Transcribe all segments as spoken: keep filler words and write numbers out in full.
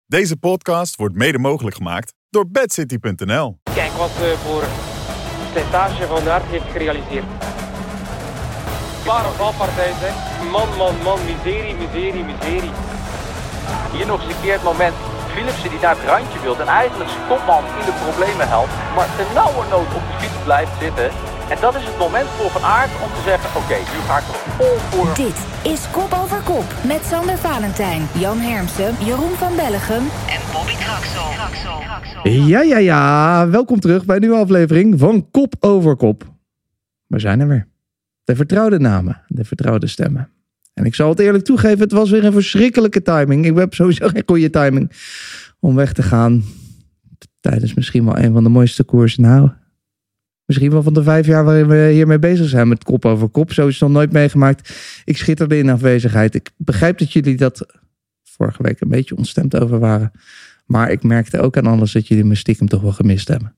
Deze podcast wordt mede mogelijk gemaakt door bedcity punt n l. Kijk wat uh, voor slijtage Van der Aert heeft gerealiseerd. Zware valpartij zeg. Man, man, man, miserie, miserie, miserie. Hier nog eens een keer het moment. Philipsen die naar het randje wil en eigenlijk zijn kopman in de problemen helpt. Maar ten nauwe nood op de fiets blijft zitten. En dat is het moment voor Van Aert om te zeggen, oké, okay, nu ga ik er vol voor. Dit is Kop over Kop met Sander Valentijn, Jan Hermsen, Jeroen van Bellegem en Bobby Traxel. Ja, ja, ja. Welkom terug bij een nieuwe aflevering van Kop over Kop. We zijn er weer. De vertrouwde namen, de vertrouwde stemmen. En ik zal het eerlijk toegeven, het was weer een verschrikkelijke timing. Ik heb sowieso geen goede timing om weg te gaan. Tijdens misschien wel een van de mooiste koersen. Nou, misschien wel van de vijf jaar waarin we hiermee bezig zijn met Kop over Kop. Zo is het nog nooit meegemaakt. Ik schitterde in afwezigheid. Ik begrijp dat jullie dat vorige week een beetje ontstemd over waren. Maar ik merkte ook aan alles dat jullie me stiekem toch wel gemist hebben.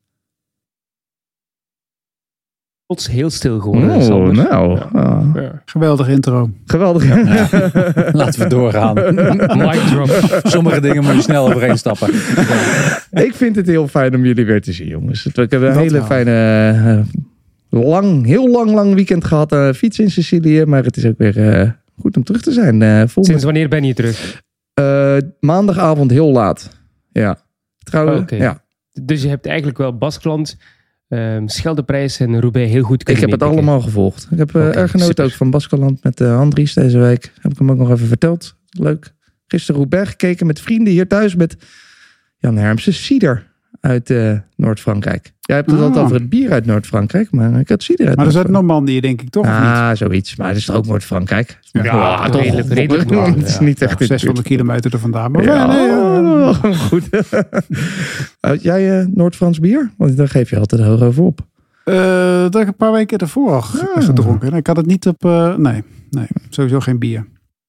Plots heel stil geworden. Oh, Sander. nou. Ja. Oh. Ja. Geweldig intro. Geweldig. Ja. Ja. Laten we doorgaan. Mic drop. Sommige dingen moet je snel overheen stappen. Ik vind het heel fijn om jullie weer te zien, jongens. Ik heb een Dat hele wel. fijne, uh, lang, heel lang, lang weekend gehad. Uh, fiets in Sicilië, maar het is ook weer uh, goed om terug te zijn. Uh, vol Sinds met, wanneer ben je terug? uh, maandagavond heel laat. Ja. Trouwens, Oké. ja. Dus je hebt eigenlijk wel Baskeland, um, Scheldeprijs en Roubaix heel goed Ik kunnen heb het meepikken. allemaal gevolgd. Ik heb uh, Oké, erg genoten super. ook van Baskeland met uh, Andries deze week. Heb ik hem ook nog even verteld. Leuk. Gisteren Roubaix gekeken met vrienden hier thuis met Jan Hermsen, cider uit uh, Noord-Frankrijk. Jij hebt het Ah. altijd over het bier uit Noord-Frankrijk, maar ik had cider uit Maar dat is uit Noord-Frankrijk. Normandië, denk ik, toch? Of niet? Ah, zoiets. Maar het is toch ook Noord-Frankrijk? Ja, toch. redelijk- redelijk Ja, Noord, het is Ja, niet echt ja, zeshonderd kilometer er vandaan. Maar Ja, nee, ja. goed. Had jij uh, Noord-Frans bier? Want daar geef je altijd hoog over op. Uh, dat heb ik een paar weken ervoor al ge- Ja. gedronken. Ik had het niet op... Uh, nee, nee, sowieso geen bier.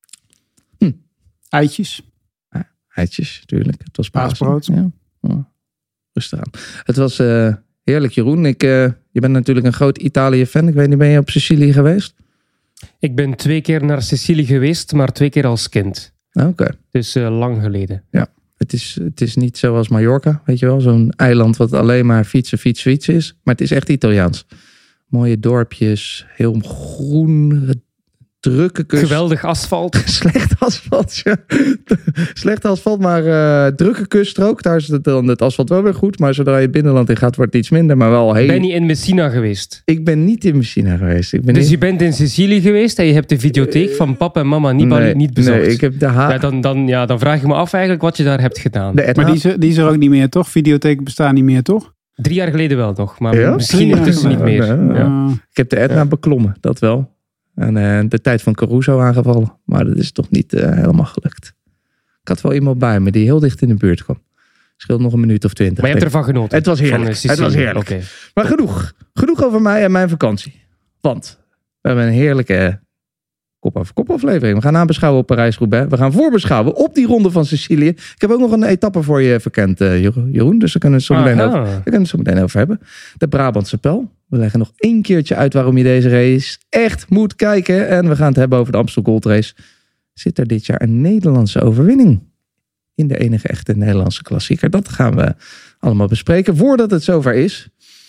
Hm. Eitjes. Eitjes, natuurlijk. Het was Pasen. Paasbrood. Ja. Ja. Rustig aan. Het was uh, heerlijk, Jeroen. Ik, uh, je bent natuurlijk een groot Italië-fan. Ik weet niet, ben je op Sicilië geweest? Ik ben twee keer naar Sicilië geweest, maar twee keer als kind. Oké. Okay. Dus uh, lang geleden. Het is, het is niet zoals Mallorca, weet je wel. Zo'n eiland wat alleen maar fietsen, fietsen, fietsen is. Maar het is echt Italiaans. Mooie dorpjes, heel groen, drukke kust. Geweldig asfalt. Slecht asfalt, ja. Slecht asfalt, maar uh, drukke kuststrook. Daar is het, dan het asfalt wel weer goed. Maar zodra je het binnenland in gaat, wordt het iets minder. Maar wel heel... Ben je in Messina geweest? Ik ben niet in Messina geweest. Ik ben Dus niet... je bent in Sicilië geweest en je hebt de videotheek van papa en mama niet, nee, niet bezocht. Nee, ik heb de ha- ja, dan, dan, ja, dan vraag je me af eigenlijk wat je daar hebt gedaan. de Etna. Maar die is, er- die is er ook niet meer, toch? Videotheken bestaan niet meer, toch? Drie jaar geleden wel nog, maar Ja? misschien Drie jaar intussen niet meer. geleden. Nee, Ja. Uh, Ik heb de Etna Ja. beklommen, dat wel. En uh, de tijd van Caruso aangevallen. Maar dat is toch niet uh, helemaal gelukt. Ik had wel iemand bij me die heel dicht in de buurt kwam. Scheelt nog een minuut of twintig. Maar je hebt denk ik. ervan genoten? Het was heerlijk. Van, uh, Sicilië. Het was heerlijk. Oké. Maar genoeg. Genoeg over mij en mijn vakantie. Want we hebben een heerlijke kop over kop aflevering. We gaan nabeschouwen op Parijs-Roubaix. We gaan voorbeschouwen op die ronde van Sicilië. Ik heb ook nog een etappe voor je verkend, uh, Jeroen. Dus daar kunnen we het zo meteen over, Aha. daar kunnen we het zo meteen over hebben. De Brabantse Pijl. We leggen nog één keertje uit waarom je deze race echt moet kijken. En we gaan het hebben over de Amstel Gold Race. Zit er dit jaar een Nederlandse overwinning in de enige echte Nederlandse klassieker? Dat gaan we allemaal bespreken voordat het zover is.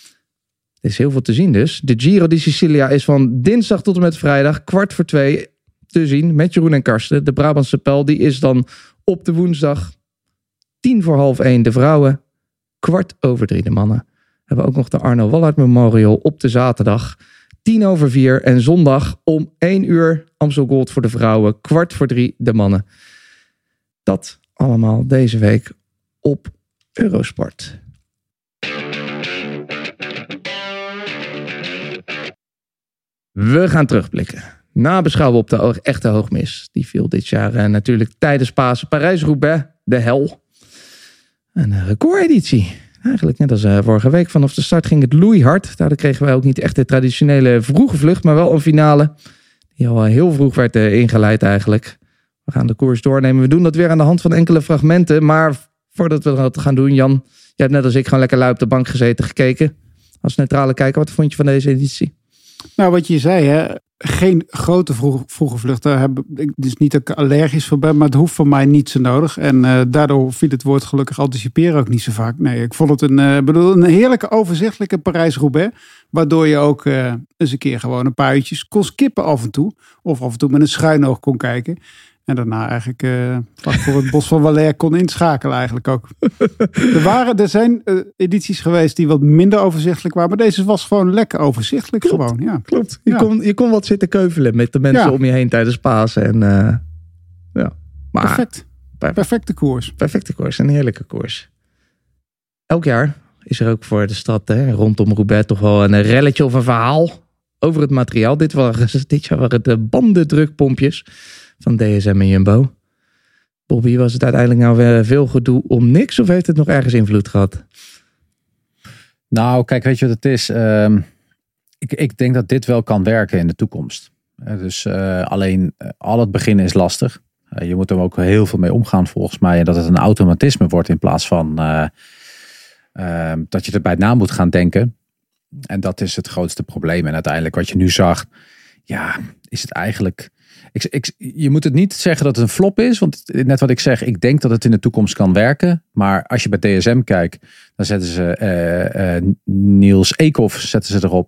Er is heel veel te zien dus. De Giro di Sicilia is van dinsdag tot en met vrijdag kwart voor twee te zien met Jeroen en Karsten. De Brabantse Pijl die is dan op de woensdag tien voor half één de vrouwen, kwart over drie de mannen. We hebben ook nog de Arno Wallard Memorial op de zaterdag. Tien over vier en zondag om één uur Amstel Gold voor de vrouwen. Kwart voor drie de mannen. Dat allemaal deze week op Eurosport. We gaan terugblikken. Nabeschouwen op de echte hoogmis. Die viel dit jaar uh, natuurlijk tijdens Pasen. Parijs-Roubaix, de hel. Een recordeditie. Eigenlijk net als uh, vorige week. Vanaf de start ging het loeihard. Daardoor kregen wij ook niet echt de traditionele vroege vlucht. Maar wel een finale. Die al heel vroeg werd uh, ingeleid eigenlijk. We gaan de koers doornemen. We doen dat weer aan de hand van enkele fragmenten. Maar voordat we dat gaan doen, Jan. Jij hebt net als ik gewoon lekker lui op de bank gezeten gekeken. Als neutrale kijker, wat vond je van deze editie? Nou, wat je zei, hè, geen grote vroege, vroege vluchten. Heb, ik, dus niet dat ik allergisch voor ben, maar het hoeft voor mij niet zo nodig. En uh, daardoor viel het woord gelukkig anticiperen ook niet zo vaak. Nee, ik vond het een, uh, bedoel, een heerlijke, overzichtelijke Parijs-Roubaix. Waardoor je ook uh, eens een keer gewoon een paar uurtjes kon skippen af en toe. Of af en toe met een schuin oog kon kijken. En daarna eigenlijk uh, vlak voor het Bos van Valais kon inschakelen eigenlijk ook. Er, waren, er zijn uh, edities geweest die wat minder overzichtelijk waren. Maar deze was gewoon lekker overzichtelijk. Klopt, gewoon. Ja. Klopt. Je, ja. kon, je kon wat zitten keuvelen met de mensen ja. om je heen tijdens Pasen. En, uh, ja. maar, Perfect. Perfect. Perfecte koers. Perfecte koers. Een heerlijke koers. Elk jaar is er ook voor de stad hè, rondom Roubaix toch wel een relletje of een verhaal over het materiaal. Dit, was, dit jaar waren de bandendrukpompjes van D S M en Jumbo. Bobby, was het uiteindelijk nou weer veel gedoe om niks of heeft het nog ergens invloed gehad? Nou, kijk, weet je wat het is? Uh, ik, ik denk dat dit wel kan werken in de toekomst. Uh, dus uh, alleen uh, al het beginnen is lastig. Uh, je moet er ook heel veel mee omgaan volgens mij. En dat het een automatisme wordt in plaats van uh, uh, dat je erbij na moet gaan denken. En dat is het grootste probleem. En uiteindelijk wat je nu zag, ja, is het eigenlijk... Ik, ik, je moet het niet zeggen dat het een flop is. Want net wat ik zeg, ik denk dat het in de toekomst kan werken. Maar als je bij D S M kijkt, dan zetten ze uh, uh, Niels Eekhoff zetten ze erop.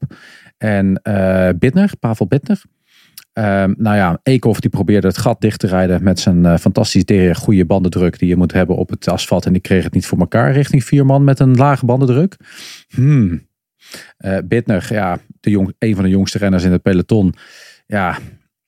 En uh, Bittner, Pavel Bittner. Uh, nou ja, Eekhoff die probeerde het gat dicht te rijden met zijn uh, fantastisch goede bandendruk die je moet hebben op het asfalt. En die kreeg het niet voor elkaar richting vier man met een lage bandendruk. Hmm. Uh, Bittner, ja, de jong, een van de jongste renners in het peloton. Ja,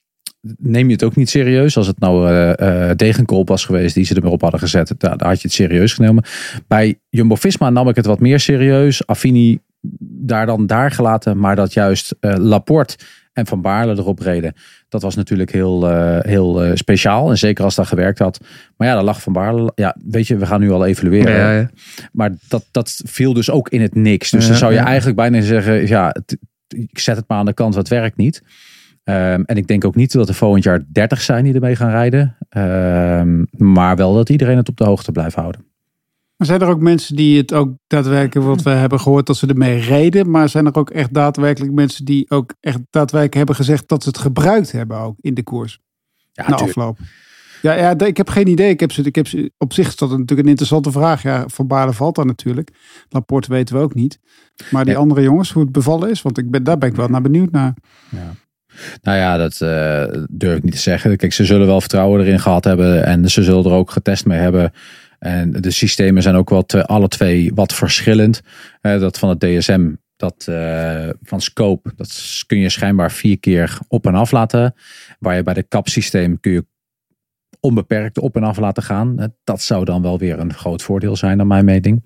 neem je het ook niet serieus. Als het nou uh, uh, Degenkolb was geweest die ze er maar op hadden gezet, daar, daar had je het serieus genomen. Bij Jumbo-Visma nam ik het wat meer serieus. Affini daar dan daar gelaten, maar dat juist uh, Laporte en Van Baarle erop reden. Dat was natuurlijk heel, uh, heel uh, speciaal. En zeker als dat gewerkt had. Maar ja, daar lag Van Baarle. Ja, weet je, we gaan nu al evalueren. Ja, ja. Maar dat, dat viel dus ook in het niks. Dus ja, dan zou je ja. eigenlijk bijna zeggen, ja, t- ik zet het maar aan de kant, wat werkt niet. Um, en ik denk ook niet dat er volgend jaar dertig zijn die ermee gaan rijden. Um, maar wel dat iedereen het op de hoogte blijft houden. Maar zijn er ook mensen die het ook daadwerkelijk, wat we hebben gehoord, dat ze ermee reden. Maar zijn er ook echt daadwerkelijk mensen die ook echt daadwerkelijk hebben gezegd dat ze het gebruikt hebben ook in de koers? Ja, na afloop. Ja, ja, ik heb geen idee. Ik heb ze, ik heb ze, op zich is dat natuurlijk een interessante vraag. Ja, Van Baarle valt daar natuurlijk. Laporte weten we ook niet. Maar die ja. andere jongens, hoe het bevallen is. Want ik ben, daar ben ik wel naar benieuwd naar. Ja. Nou ja, dat uh, durf ik niet te zeggen. Kijk, ze zullen wel vertrouwen erin gehad hebben. En ze zullen er ook getest mee hebben. En de systemen zijn ook wel te, alle twee wat verschillend. Uh, dat van het D S M, dat uh, van Scope, dat kun je schijnbaar vier keer op en af laten. Waar je bij de C A P systeem kun je onbeperkt op en af laten gaan. Uh, dat zou dan wel weer een groot voordeel zijn, naar mijn mening.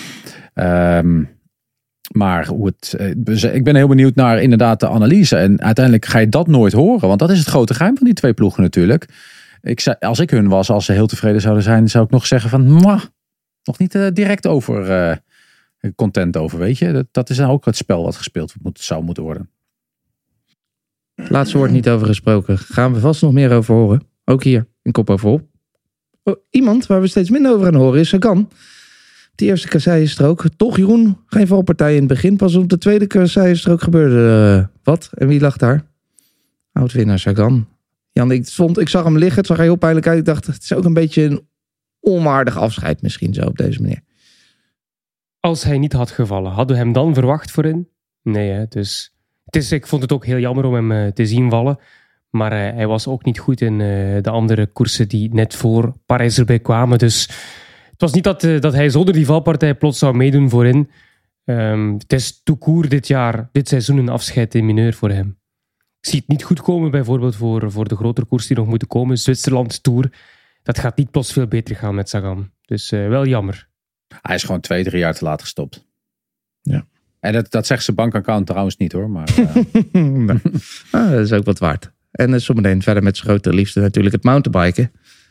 Um, Maar hoe het, ik ben heel benieuwd naar inderdaad de analyse. En uiteindelijk ga je dat nooit horen. Want dat is het grote geheim van die twee ploegen natuurlijk. Ik zei, als ik hun was, als ze heel tevreden zouden zijn, zou ik nog zeggen van, mwah, nog niet uh, direct over uh, content over, weet je. Dat, dat is dan ook het spel wat gespeeld moet, zou moeten worden. Laatste woord niet over gesproken. Gaan we vast nog meer over horen. Ook hier in Kop Overop. Oh, iemand waar we steeds minder over gaan horen is Sagan. De eerste kasseienstrook. Toch, Jeroen, geen valpartij in het begin. Pas op de tweede kasseienstrook gebeurde uh, wat. En wie lag daar? Oud-winnaar Sagan. Jan, ik, vond, ik zag hem liggen. Het zag er heel pijnlijk uit. Ik dacht, het is ook een beetje een onaardig afscheid misschien zo op deze manier. Als hij niet had gevallen, hadden we hem dan verwacht voorin? Nee, hè? Dus het is, ik vond het ook heel jammer om hem uh, te zien vallen. Maar uh, hij was ook niet goed in uh, de andere koersen die net voor Parijs-Roubaix kwamen. Dus het was niet dat, uh, dat hij zonder die valpartij plots zou meedoen voorin. Um, het is tout court dit jaar, dit seizoen, een afscheid in mineur voor hem. Ik zie het niet goed komen, bijvoorbeeld voor, voor de grotere koers die nog moeten komen. Zwitserland Tour. Dat gaat niet plots veel beter gaan met Sagan. Dus uh, wel jammer. Hij is gewoon twee, drie jaar te laat gestopt. Ja. En dat, dat zegt zijn bankaccount trouwens niet hoor. Maar, uh... nee. ah, dat is ook wat waard. En uh, zometeen verder met zijn grote liefde natuurlijk het mountainbiken.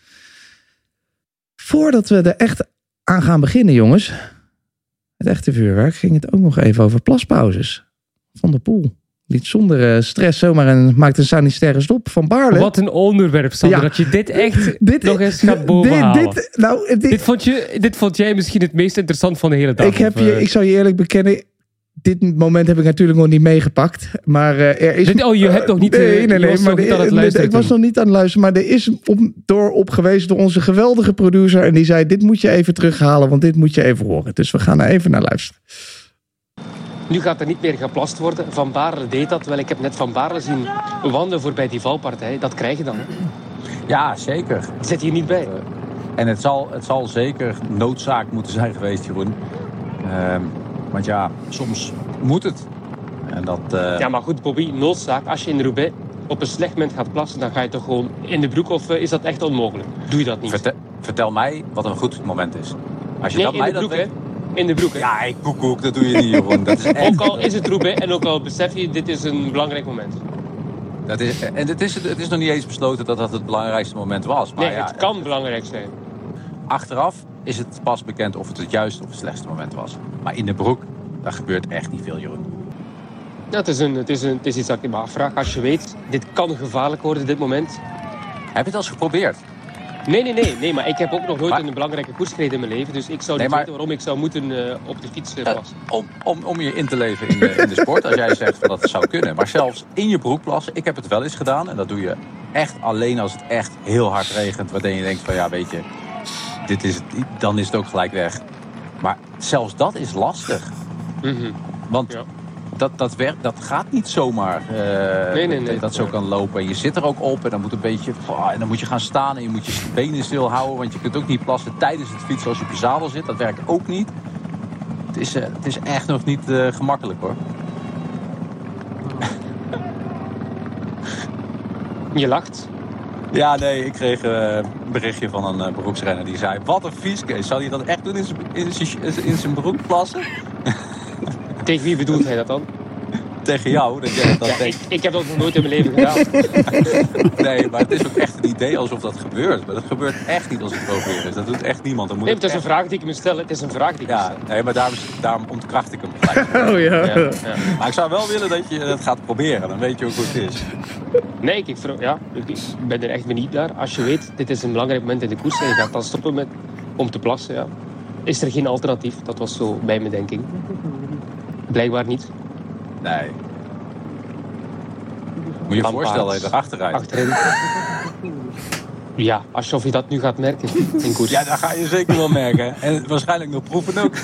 Voordat we er echt aan gaan beginnen, jongens. Het echte vuurwerk ging het ook nog even over plaspauzes. Van der Poel liet zonder uh, stress zomaar en maakte een sanitaire stop. Van Baarle. Wat een onderwerp, Sander, ja. Dat je dit echt dit, nog eens gaat bovenhalen. Dit, dit, nou, dit, dit, vond je, dit vond jij misschien het meest interessant van de hele dag? Ik, heb of, je, uh... ik zou je eerlijk bekennen, dit moment heb ik natuurlijk nog niet meegepakt. Maar uh, er is... Oh, je hebt nog niet... Nee, uh, nee, nee. Maar niet de, aan het luisteren, ik was nog niet aan het luisteren. Maar er is op, door op gewezen door onze geweldige producer. En die zei, dit moet je even terughalen. Want dit moet je even horen. Dus we gaan er even naar luisteren. Nu gaat er niet meer geplast worden. Van Baarle deed dat. Wel, ik heb net Van Baarle zien wandelen voorbij die valpartij. Dat krijg je dan. Ja, zeker. Dat zit hier niet bij. En het zal, het zal zeker noodzaak moeten zijn geweest, Jeroen. Uh, want ja, soms moet het. En dat, uh... Ja, maar goed, Bobby, noodzaak. Als je in Roubaix op een slecht moment gaat plassen, dan ga je toch gewoon in de broek, of uh, is dat echt onmogelijk? Doe je dat niet? Vertel, vertel mij wat een goed moment is. Als je nee, dat in mij de broek, dat hè? In de broek, hè? Ja, ik koekoek, dat doe je niet, Jeroen. Dat is echt... Ook al is het Roubaix en ook al besef je, dit is een belangrijk moment. Dat is, en het is, het is nog niet eens besloten dat dat het belangrijkste moment was. Maar nee, ja, het kan belangrijk zijn. Achteraf is het pas bekend of het het juiste of het slechtste moment was. Maar in de broek, daar gebeurt echt niet veel, Jeroen. Ja, het, is een, het, is een, het is iets dat ik me afvraag. Als je weet, dit kan gevaarlijk worden, dit moment. Heb je het al eens geprobeerd? Nee, nee, nee, nee. Maar ik heb ook nog nooit maar... een belangrijke koers gereden in mijn leven. Dus ik zou nee, niet maar... weten waarom ik zou moeten uh, op de fiets uh, plassen. Uh, om, om, om je in te leven in de, in de sport, als jij zegt dat het zou kunnen. Maar zelfs in je broek plassen, ik heb het wel eens gedaan. En dat doe je echt alleen als het echt heel hard regent. Waardoor je denkt van ja, weet je, dit is het, dan is het ook gelijk weg. Maar zelfs dat is lastig. Mm-hmm. Want ja. dat, dat, werkt, dat gaat niet zomaar uh, nee, nee, nee, dat, dat zo kan lopen. En je zit er ook op en dan moet een beetje, oh, en dan moet je gaan staan en je moet je benen stil houden. Want je kunt ook niet plassen tijdens het fietsen als je op je zadel zit. Dat werkt ook niet. Het is, uh, het is echt nog niet uh, gemakkelijk, hoor. Je lacht. Ja, nee, ik kreeg uh, een berichtje van een uh, beroepsrenner die zei... Wat een vies, Kees. Zou hij dat echt doen in zijn, in zijn, in zijn broek plassen? Tegen wie bedoelt hij dat dan? Tegen jou. Dat jij dat ja, denkt. Ik, ik heb dat nog nooit in mijn leven gedaan. Nee, maar het is ook echt een idee alsof dat gebeurt. Maar dat gebeurt echt niet als het probeer is. Dat doet echt niemand. Dan moet nee, het is echt... een vraag die ik me stel. Het is een vraag die ik ja, me stel. Nee, maar daarom, daarom ontkracht ik hem gelijk. Oh ja. Ja, ja. Maar ik zou wel willen dat je dat gaat proberen. Dan weet je ook hoe het is. Nee, ik, ja, ik ben er echt benieuwd naar. Als je weet, dit is een belangrijk moment in de koers en je gaat dan stoppen met, om te plassen, ja. Is er geen alternatief? Dat was zo bij mijn denking. Blijkbaar niet. Nee. Moet je je voorstellen dat je erachter rijdt. Achterin. Ja, alsof je dat nu gaat merken in koers. Ja, dat ga je zeker wel merken. En waarschijnlijk nog proeven ook.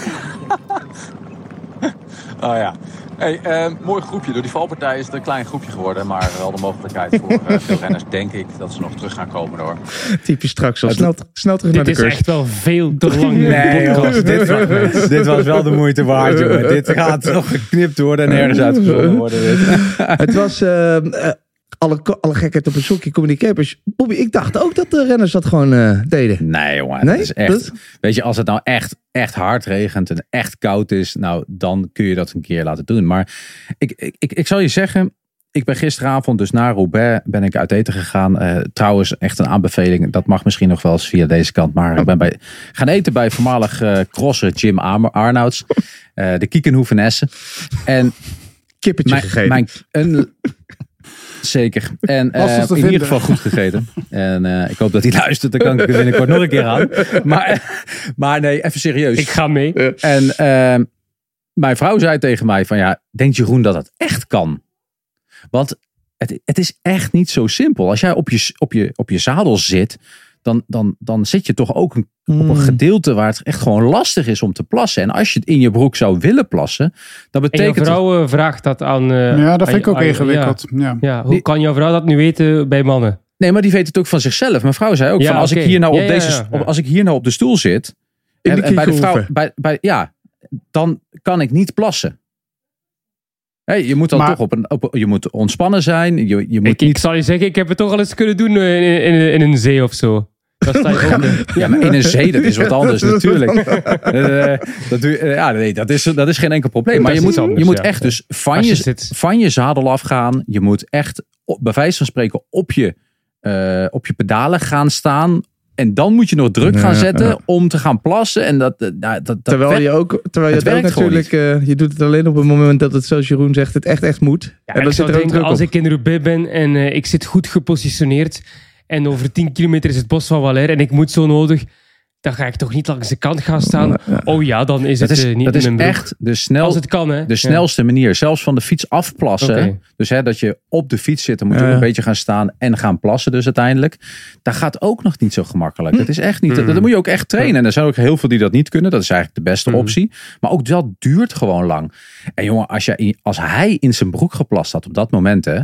Oh ja. Hey, uh, mooi groepje. Door die valpartij is het een klein groepje geworden. Maar wel de mogelijkheid voor uh, veel renners, denk ik, dat ze nog terug gaan komen hoor. Typisch straks al. Snel, snel terug dit naar de is kurs. echt wel veel te lang. Nee, jongens, dit, was, dit was wel de moeite waard, jongen. Dit gaat nog geknipt worden en ergens uitgezonden worden. Dit. Het was uh, uh, alle, alle gekheid op een sokje communicators. Bobby, ik dacht ook dat de renners dat gewoon uh, deden. Nee, jongen. Nee? Dat is echt, dat... Weet je, als het nou echt, echt hard regent en echt koud is, nou, dan kun je dat een keer laten doen. Maar ik, ik, ik, ik zal je zeggen, ik ben gisteravond dus naar Roubaix ben ik uit eten gegaan. Uh, trouwens, echt een aanbeveling. Dat mag misschien nog wel eens via deze kant. Maar ik ben bij, gaan eten bij voormalig uh, crosser Jim Arnouds. Uh, de Kiekenhoef in Essen. En kippetje mijn, gegeten. Mijn, een, zeker. En uh, in vinden. ieder geval goed gegeten. En uh, ik hoop dat hij luistert. Dan kan ik er binnenkort nog een keer aan. Maar, maar nee, even serieus. Ik ga mee. En uh, mijn vrouw zei tegen mij van ja, denkt Jeroen dat het echt kan? Want het, het is echt niet zo simpel. Als jij op je, op je, op je zadel zit, dan, dan, dan zit je toch ook een, mm. op een gedeelte waar het echt gewoon lastig is om te plassen. En als je het in je broek zou willen plassen, dan betekent en jouw vrouw het... vraagt dat aan... Uh, ja, dat vind ik ook aan, ingewikkeld. Ja. Ja. Ja, hoe kan jouw vrouw dat nu weten bij mannen? Nee, maar die weet het ook van zichzelf. Mijn vrouw zei ook, ja, van, als, okay. ik hier nou op ja, ja, deze, ja, ja. als ik hier nou op de stoel zit, in de en bij de vrouw, bij, bij, ja, dan kan ik niet plassen. Hey, je moet dan maar, toch op een, op, je moet ontspannen zijn. Je, je moet ik, niet... ik zal je zeggen, ik heb het toch al eens kunnen doen in, in, in een zee of zo. Dat sta je ook, ja, ja, maar in een zee, dat is wat anders natuurlijk. uh, dat, doe, uh, ja, nee, dat, is, dat is geen enkel probleem. Maar je moet, anders, je moet ja. echt dus van je, je van je zadel afgaan. Je moet echt, bij wijze van spreken, op je, uh, op je pedalen gaan staan. En dan moet je nog druk gaan zetten ja, ja. om te gaan plassen. En dat, dat, dat, dat terwijl werkt, je ook, terwijl je het ook natuurlijk, uh, je doet het alleen op het moment dat het, zoals Jeroen zegt, het echt echt moet. Ja, en dan zit er denken, ook druk als op. ik in Roubaix ben en uh, ik zit goed gepositioneerd en over tien kilometer is het bos van Valère en ik moet zo nodig, dan ga ik toch niet langs de kant gaan staan. Ja. Oh ja, dan is Dat het is, uh, niet dat in is mijn broek. echt de, snel, Als het kan, hè? de snelste ja. manier. Zelfs van de fiets afplassen. Okay. Dus hè, dat je op de fiets zit, dan moet je Ja. ook een beetje gaan staan en gaan plassen dus uiteindelijk. Dat gaat ook nog niet zo gemakkelijk. Dat is echt niet. Mm. Dat moet je ook echt trainen. En er zijn ook heel veel die dat niet kunnen. Dat is eigenlijk de beste Mm. optie. Maar ook dat duurt gewoon lang. En jongen, als, je, als hij in zijn broek geplast had op dat moment, hè.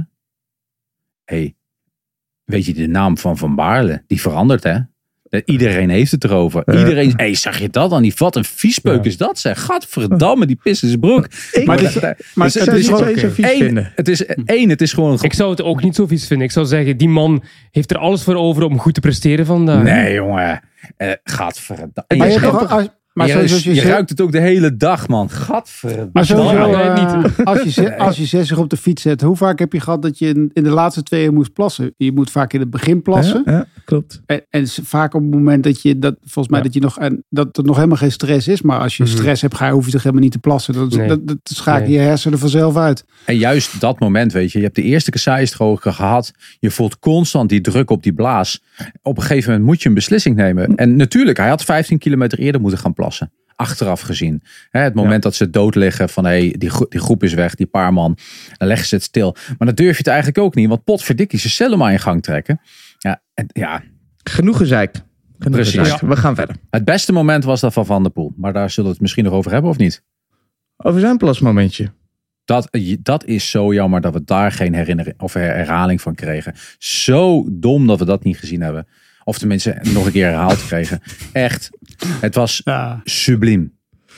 Hey, weet je de naam van Van Baarle? Die verandert, hè? Iedereen heeft het erover. Ja. Iedereen, hey, zag je dat dan? Die wat een viespeuk Ja. is dat, zeg. Gadverdamme, die pist in zijn broek. Ik, Maar dit- maar Dus ik het zou is het gewoon niet zo vies één, vinden. het is één, het is gewoon een Ik zou het ook niet zo vies vinden. Ik zou zeggen, die man heeft er alles voor over om goed te presteren vandaag. Nee, jongen. Uh, gadverdamme. Maar Je, je, schat- toch, als, maar je, sowieso, je, als je, ruikt het ook de hele dag, man. Gadverdamme. maar sowieso, Nee, eh, niet. als, je, ze- als je zes uur op de fiets zet, hoe vaak heb je gehad dat je in, in de laatste twee uur moest plassen? Je moet vaak in het begin plassen. Ja, ja, klopt. En, en s- vaak op het moment dat je dat, volgens mij Ja. dat je nog, en dat er nog helemaal geen stress is. Maar als je Mhm. stress hebt, ga je, hoef je toch helemaal niet te plassen. Dat, Nee. dat, dat schakelen Nee. je hersenen vanzelf uit. En juist dat moment, weet je. Je hebt de eerste kasseisdroger gehad. Je voelt constant die druk op die blaas. Op een gegeven moment moet je een beslissing nemen. En natuurlijk, hij had vijftien kilometer eerder moeten gaan plassen. Achteraf gezien. Hè, het moment Ja. dat ze dood liggen van hey, die, gro- die groep is weg, die paar man. Dan leggen ze het stil. Maar dan durf je het eigenlijk ook niet. Want potverdikkie, ze cellen maar in gang trekken. Ja, en, ja, Genoeg gezeik. Genoeg Precies. gezeik. We gaan verder. het beste moment was dat van Van der Poel. Maar daar zullen we het misschien nog over hebben of niet? Over zijn plasmomentje. Dat, dat is zo jammer dat we daar geen herinnering of her- herhaling van kregen. Zo dom dat we dat niet gezien hebben. Of tenminste nog een keer herhaald kregen. Echt. Het was Ja. subliem.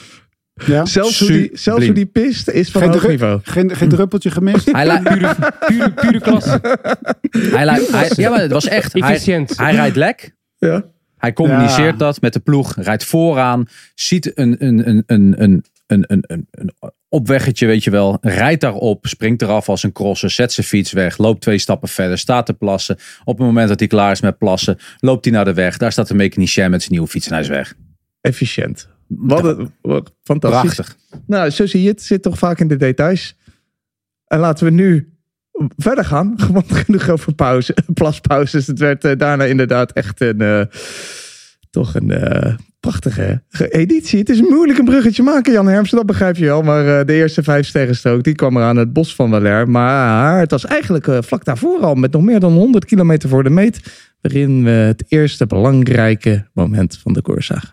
Ja. Zelfs hoe, die, Subliem. zelfs hoe die pist is van Geen, hoog dru- niveau. geen, geen druppeltje gemist. Hij, li- Pure, pure, pure klasse. hij, li- hij Ja, maar het was echt. Hij, Efficiënt. hij rijdt lek. Ja. Hij communiceert Ja. dat met de ploeg. Rijdt vooraan. Ziet een, een, een, een, een, een, een, een, een opweggetje, weet je wel. Rijdt daarop. Springt eraf als een crosser. Zet zijn fiets weg. Loopt twee stappen verder. Staat te plassen. Op het moment dat hij klaar is met plassen. Loopt hij naar de weg. Daar staat de mechanicien met zijn nieuwe fiets en hij is weg. Efficiënt. Wat een, wat fantastisch. Prachtig. Nou, zo zie je het. Zit toch vaak in de details. En laten we nu verder gaan. Gewoon genoeg over pauze, plaspauzes. Het werd uh, daarna inderdaad echt een... Uh, toch een uh, prachtige editie. Het is moeilijk een bruggetje maken, Jan Hermsen. Dat begrijp je wel. Maar uh, de eerste vijf sterrenstrook, die kwam eraan het bos van Waller. Maar het was eigenlijk uh, vlak daarvoor al. Met nog meer dan honderd kilometer voor de meet. Waarin we het eerste belangrijke moment van de koers zagen.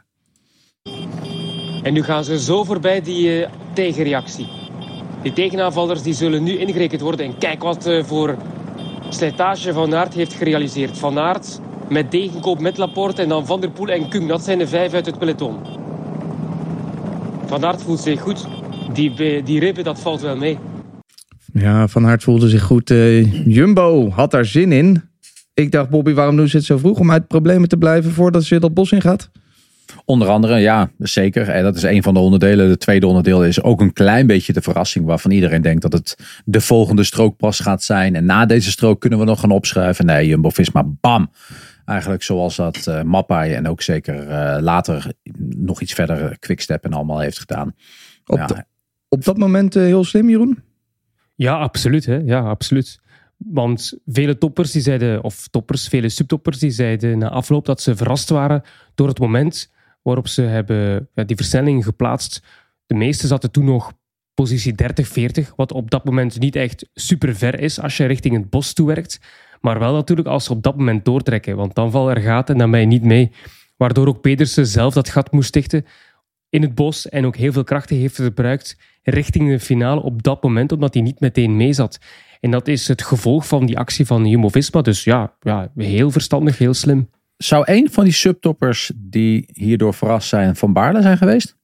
En nu gaan ze zo voorbij die uh, tegenreactie. Die tegenaanvallers die zullen nu ingerekend worden. En kijk wat uh, voor slijtage Van Aert heeft gerealiseerd. Van Aert met Degenkolb, met Laporte en dan Van der Poel en Kung. Dat zijn de vijf uit het peloton. Van Aert voelt zich goed. Die, die ribben, dat valt wel mee. Ja, Van Aert voelde zich goed. Uh, Jumbo had daar zin in. Ik dacht, Bobby, waarom doen ze het zo vroeg om uit problemen te blijven voordat ze dat bos in gaat? Onder andere, ja, zeker. En dat is een van de onderdelen. De tweede onderdeel is ook een klein beetje de verrassing waarvan iedereen denkt dat het de volgende strook pas gaat zijn. En na deze strook kunnen we nog gaan opschuiven. Nee, Jumbo-Visma, bam. Eigenlijk zoals dat uh, Mappai en ook zeker uh, later nog iets verder Quickstep en allemaal heeft gedaan. Op, ja. de, op dat moment uh, heel slim, Jeroen? Ja, absoluut. Hè? Ja, absoluut. Want vele toppers die zeiden, of toppers, vele subtoppers die zeiden na afloop dat ze verrast waren door het moment waarop ze hebben ja, die versnelling geplaatst. De meeste zaten toen nog positie dertig, veertig, wat op dat moment niet echt super ver is als je richting het bos toewerkt. Maar wel natuurlijk als ze op dat moment doortrekken, want dan vallen er gaten en dan ben je niet mee. Waardoor ook Pedersen zelf dat gat moest dichten in het bos en ook heel veel krachten heeft gebruikt richting de finale op dat moment, omdat hij niet meteen mee zat. En dat is het gevolg van die actie van Jumbo-Visma. Dus ja, ja, heel verstandig, heel slim. Zou een van die subtoppers die hierdoor verrast zijn Van Baarle zijn geweest?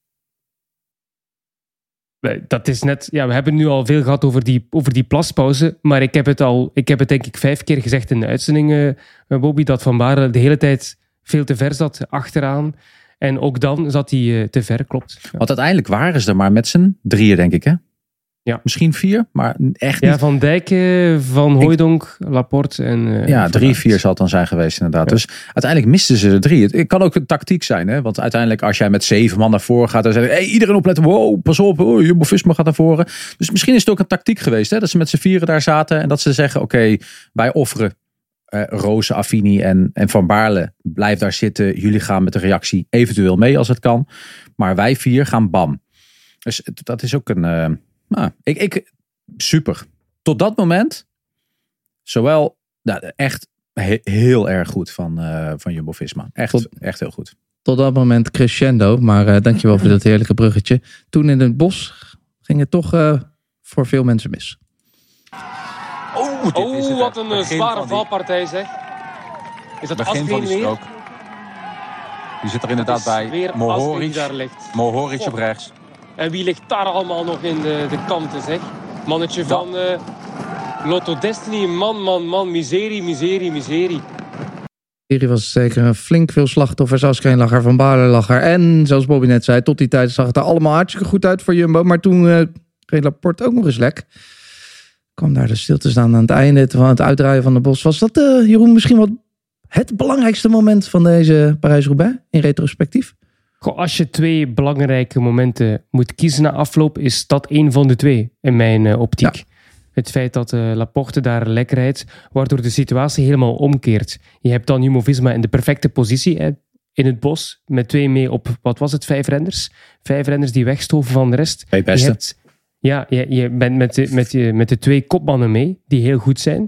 Dat is net, ja, we hebben nu al veel gehad over die, over die plaspauze, maar ik heb het al, ik heb het denk ik vijf keer gezegd in de uitzending, uh, Bobby, dat Van Baarle de hele tijd veel te ver zat achteraan. En ook dan zat hij uh, te ver, klopt. Ja. Want uiteindelijk waren ze er maar met z'n drieën, denk ik, hè? Ja. Misschien vier, maar echt niet. Ja, Van Dijk, uh, Van Hooijdonk, Laporte en... Uh, ja, drie, vier zal het dan zijn geweest inderdaad. Ja. Dus uiteindelijk misten ze er drie. Het kan ook een tactiek zijn, hè? Want uiteindelijk als jij met zeven man naar voren gaat, dan zeg je, hey, iedereen opletten, wow, pas op, oh, Jumbo-Visma gaat naar voren. Dus misschien is het ook een tactiek geweest, hè? Dat ze met z'n vieren daar zaten en dat ze zeggen, oké, okay, wij offeren Uh, Roos, Affini en, en Van Baarle, blijf daar zitten. Jullie gaan met de reactie eventueel mee als het kan. Maar wij vier gaan bam. Dus dat is ook een... Uh, nou, ik, ik, super. Tot dat moment, zowel nou, echt he, heel erg goed van, uh, van Jumbo-Visma. Echt, tot, echt heel goed. Tot dat moment crescendo. Maar uh, dankjewel voor dat heerlijke bruggetje. Toen in het bos ging het toch uh, voor veel mensen mis. Oh, dit oh is het, wat een uh, zware die... valpartij zeg. Is dat Asgreen weer? Die zit er inderdaad bij. Mohoric. Mohoric op rechts. En wie ligt daar allemaal nog in de, de kanten zeg? Mannetje van uh, Lotto Destiny. Man, man, man. Miserie, miserie, miserie. Hier was zeker flink veel slachtoffers. Asgreen lag er, Van Baarle lag er. En zoals Bobby net zei, tot die tijd zag het er allemaal hartstikke goed uit voor Jumbo. Maar toen uh, ging Laporte ook nog eens lek. Kwam daar dus stil te staan aan het einde van het uitdraaien van de bos. Was dat, uh, Jeroen, misschien wat het belangrijkste moment van deze Parijs-Roubaix in retrospectief? Goh, als je twee belangrijke momenten moet kiezen na afloop, is dat één van de twee in mijn uh, optiek. Ja. Het feit dat uh, Laporte daar lek rijdt, waardoor de situatie helemaal omkeert. Je hebt dan Jumbo-Visma in de perfecte positie hè, in het bos, met twee mee op, wat was het, vijf renners? Vijf renners die wegstoven van de rest. Twee beste. Je hebt, ja, je, je bent met de, met, de, met de twee kopmannen mee, die heel goed zijn.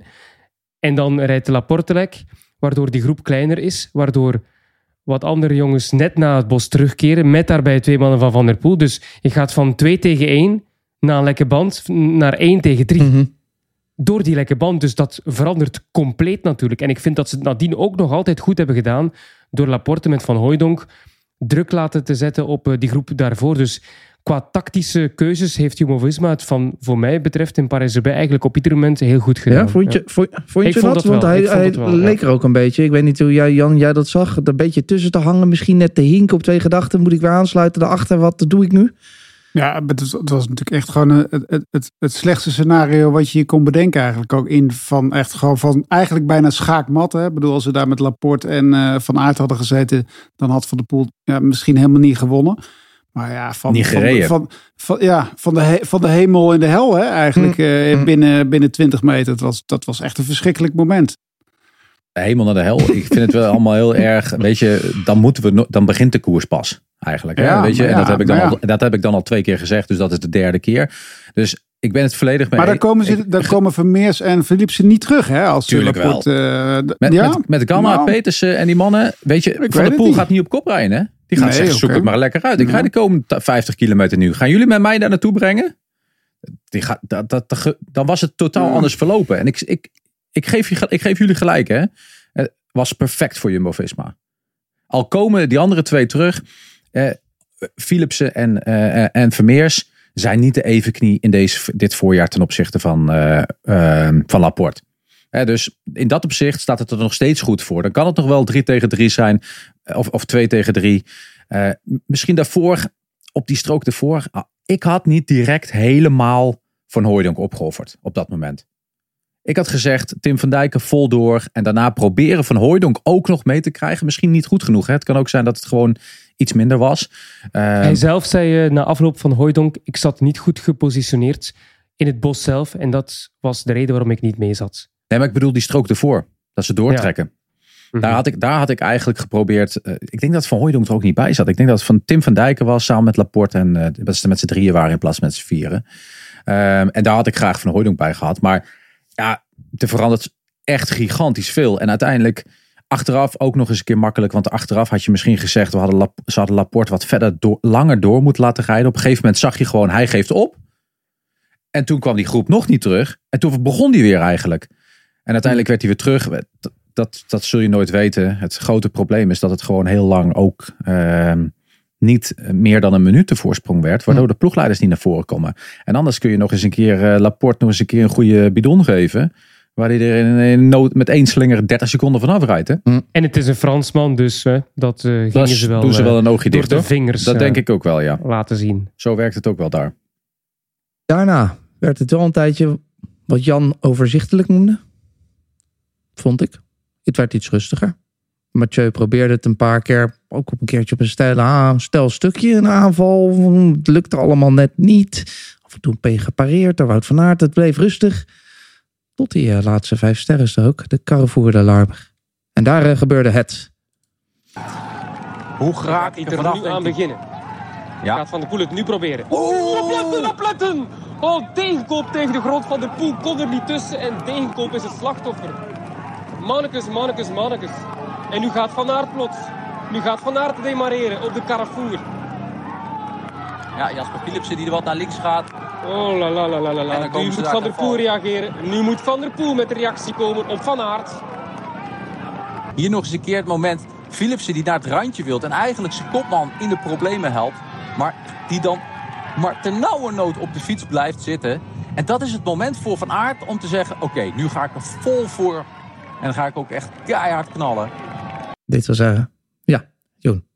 En dan rijdt de Laporte lek, waardoor die groep kleiner is, waardoor wat andere jongens net na het bos terugkeren, met daarbij twee mannen van Van der Poel. Dus je gaat van twee tegen één na een lekke band naar één tegen drie. Mm-hmm. Door die lekke band. Dus dat verandert compleet natuurlijk. En ik vind dat ze het nadien ook nog altijd goed hebben gedaan door Laporte met Van Hooijdonk druk laten te zetten op die groep daarvoor. Dus qua tactische keuzes heeft Jumbo-Visma het van, voor mij betreft, in Parijs-Roubaix eigenlijk op ieder moment heel goed gedaan. Ja, vond je, ja. Vond, vond je ik dat? Vond dat Want wel. hij, ik vond hij het wel, leek ja. er ook een beetje. Ik weet niet hoe jij, Jan, jij dat zag. Er een beetje tussen te hangen. Misschien net te hinken op twee gedachten. Moet ik weer aansluiten daarachter? Wat doe ik nu? Ja, het was, het was natuurlijk echt gewoon het, het, het, het slechtste scenario wat je je kon bedenken eigenlijk. Ook in van echt gewoon van eigenlijk bijna schaakmat. Hè? Ik bedoel, als we daar met Laporte en uh, Van Aert hadden gezeten, dan had Van der Poel ja, misschien helemaal niet gewonnen. Maar ja, van, niet gereden. Van, van, van, ja, van, de, he, van de hemel in de hel hè, eigenlijk mm. uh, binnen, binnen twintig meter. Dat was, dat was echt een verschrikkelijk moment. De hemel naar de hel. Ik vind het wel allemaal heel erg. Weet je, dan moeten we no- dan begint de koers pas. Eigenlijk. Hè? Ja, weet je? Ja, en dat heb, ik dan ja. al, dat heb ik dan al twee keer gezegd. Dus dat is de derde keer. Dus ik ben het volledig mee. Maar dan komen, ze, dan komen Vermeers en Philipsen niet terug. Hè, als Tuurlijk rapport, wel. Uh, d- met, ja? met, met Ganna, nou. Petersen en die mannen. Weet je, ik Van der Poel gaat niet op kop rijden. Hè? Die gaat nee, zeggen, zoek okay. het maar lekker uit. Ik ja. rijd de komende vijftig kilometer nu. Gaan jullie met mij daar naartoe brengen? Die gaat, dat, dat, dat, dan was het totaal ja. anders verlopen. En ik, ik, ik, geef je, ik geef jullie gelijk. Hè? Het was perfect voor Jumbo-Visma. Al komen die andere twee terug. Eh, Philipsen en, uh, en Vermeers zijn niet de evenknie in deze, dit voorjaar ten opzichte van, uh, uh, van Laporte. Eh, dus in dat opzicht staat het er nog steeds goed voor. Dan kan het nog wel drie tegen drie zijn. Of, of twee tegen drie. Uh, misschien daarvoor, op die strook ervoor. Ik had niet direct helemaal Van Hooijdonk opgeofferd op dat moment. Ik had gezegd, Tim van Dijken vol door. En daarna proberen Van Hooijdonk ook nog mee te krijgen. Misschien niet goed genoeg. Hè? Het kan ook zijn dat het gewoon iets minder was. Uh, Hij zelf zei uh, na afloop van Hooijdonk, ik zat niet goed gepositioneerd in het bos zelf. En dat was de reden waarom ik niet mee zat. Nee, maar ik bedoel die strook ervoor. Dat ze doortrekken. Ja. Mm-hmm. Daar, had ik, daar had ik eigenlijk geprobeerd. Uh, ik denk dat Van Hooijdonk er ook niet bij zat. Ik denk dat het van Tim van Dijken was samen met Laporte. En uh, dat ze met z'n drieën waren in plaats van met z'n vieren. Uh, en daar had ik graag Van Hooijdonk bij gehad. Maar ja, er verandert echt gigantisch veel. En uiteindelijk achteraf ook nog eens een keer makkelijk. Want achteraf had je misschien gezegd, we hadden Lap, ze hadden Laporte wat verder door, langer door moeten laten rijden. Op een gegeven moment zag je gewoon, hij geeft op. En toen kwam die groep nog niet terug. En toen begon die weer eigenlijk. En uiteindelijk werd hij weer terug. Dat, dat, dat zul je nooit weten. Het grote probleem is dat het gewoon heel lang ook uh, niet meer dan een minuut de voorsprong werd. Waardoor de ploegleiders niet naar voren komen. En anders kun je nog eens een keer uh, Laporte nog eens een keer een goede bidon geven. Waar hij er in, in nood met één slinger dertig seconden vanaf rijdt. Hè? En het is een Fransman, dus uh, dat uh, gingen dat ze wel, doen ze wel een oogje door dicht, de hoor. vingers Dat uh, denk ik ook wel, ja. laten zien. Zo werkt het ook wel daar. Daarna werd het wel een tijdje wat Jan overzichtelijk noemde. Vond ik. Het werd iets rustiger. Mathieu probeerde het een paar keer, ook op een keertje op een stijl, ah, stel stukje, een aanval. Het lukte allemaal net niet. Af en toe een P gepareerd door Wout van Aert. Het bleef rustig. Tot die uh, laatste vijf sterren ook. De Carrefour de Larbre. En daar uh, gebeurde het. Hoe graag hij er vanaf, nu aan beginnen. Ja. Gaat Van der Poel het nu proberen. Oeh, opletten, opletten! Oh, tegenkoop tegen de grond. Van der Poel kon er niet tussen. En tegenkoop is het slachtoffer. Mannekes, mannekes, mannekes. En nu gaat Van Aert plots. Nu gaat Van Aert demareren op de Carrefour. Ja, Jasper Philipsen die er wat naar links gaat. Oh la la la la la. Nu moet Van der Poel reageren. Nu moet Van der Poel met de reactie komen op Van Aert. Hier nog eens een keer het moment. Philipsen die naar het randje wilt en eigenlijk zijn kopman in de problemen helpt. Maar die dan maar ternauwernood op de fiets blijft zitten. En dat is het moment voor Van Aert om te zeggen... oké, okay, nu ga ik er vol voor en dan ga ik ook echt keihard knallen. Dit wil zeggen, ja, Joen.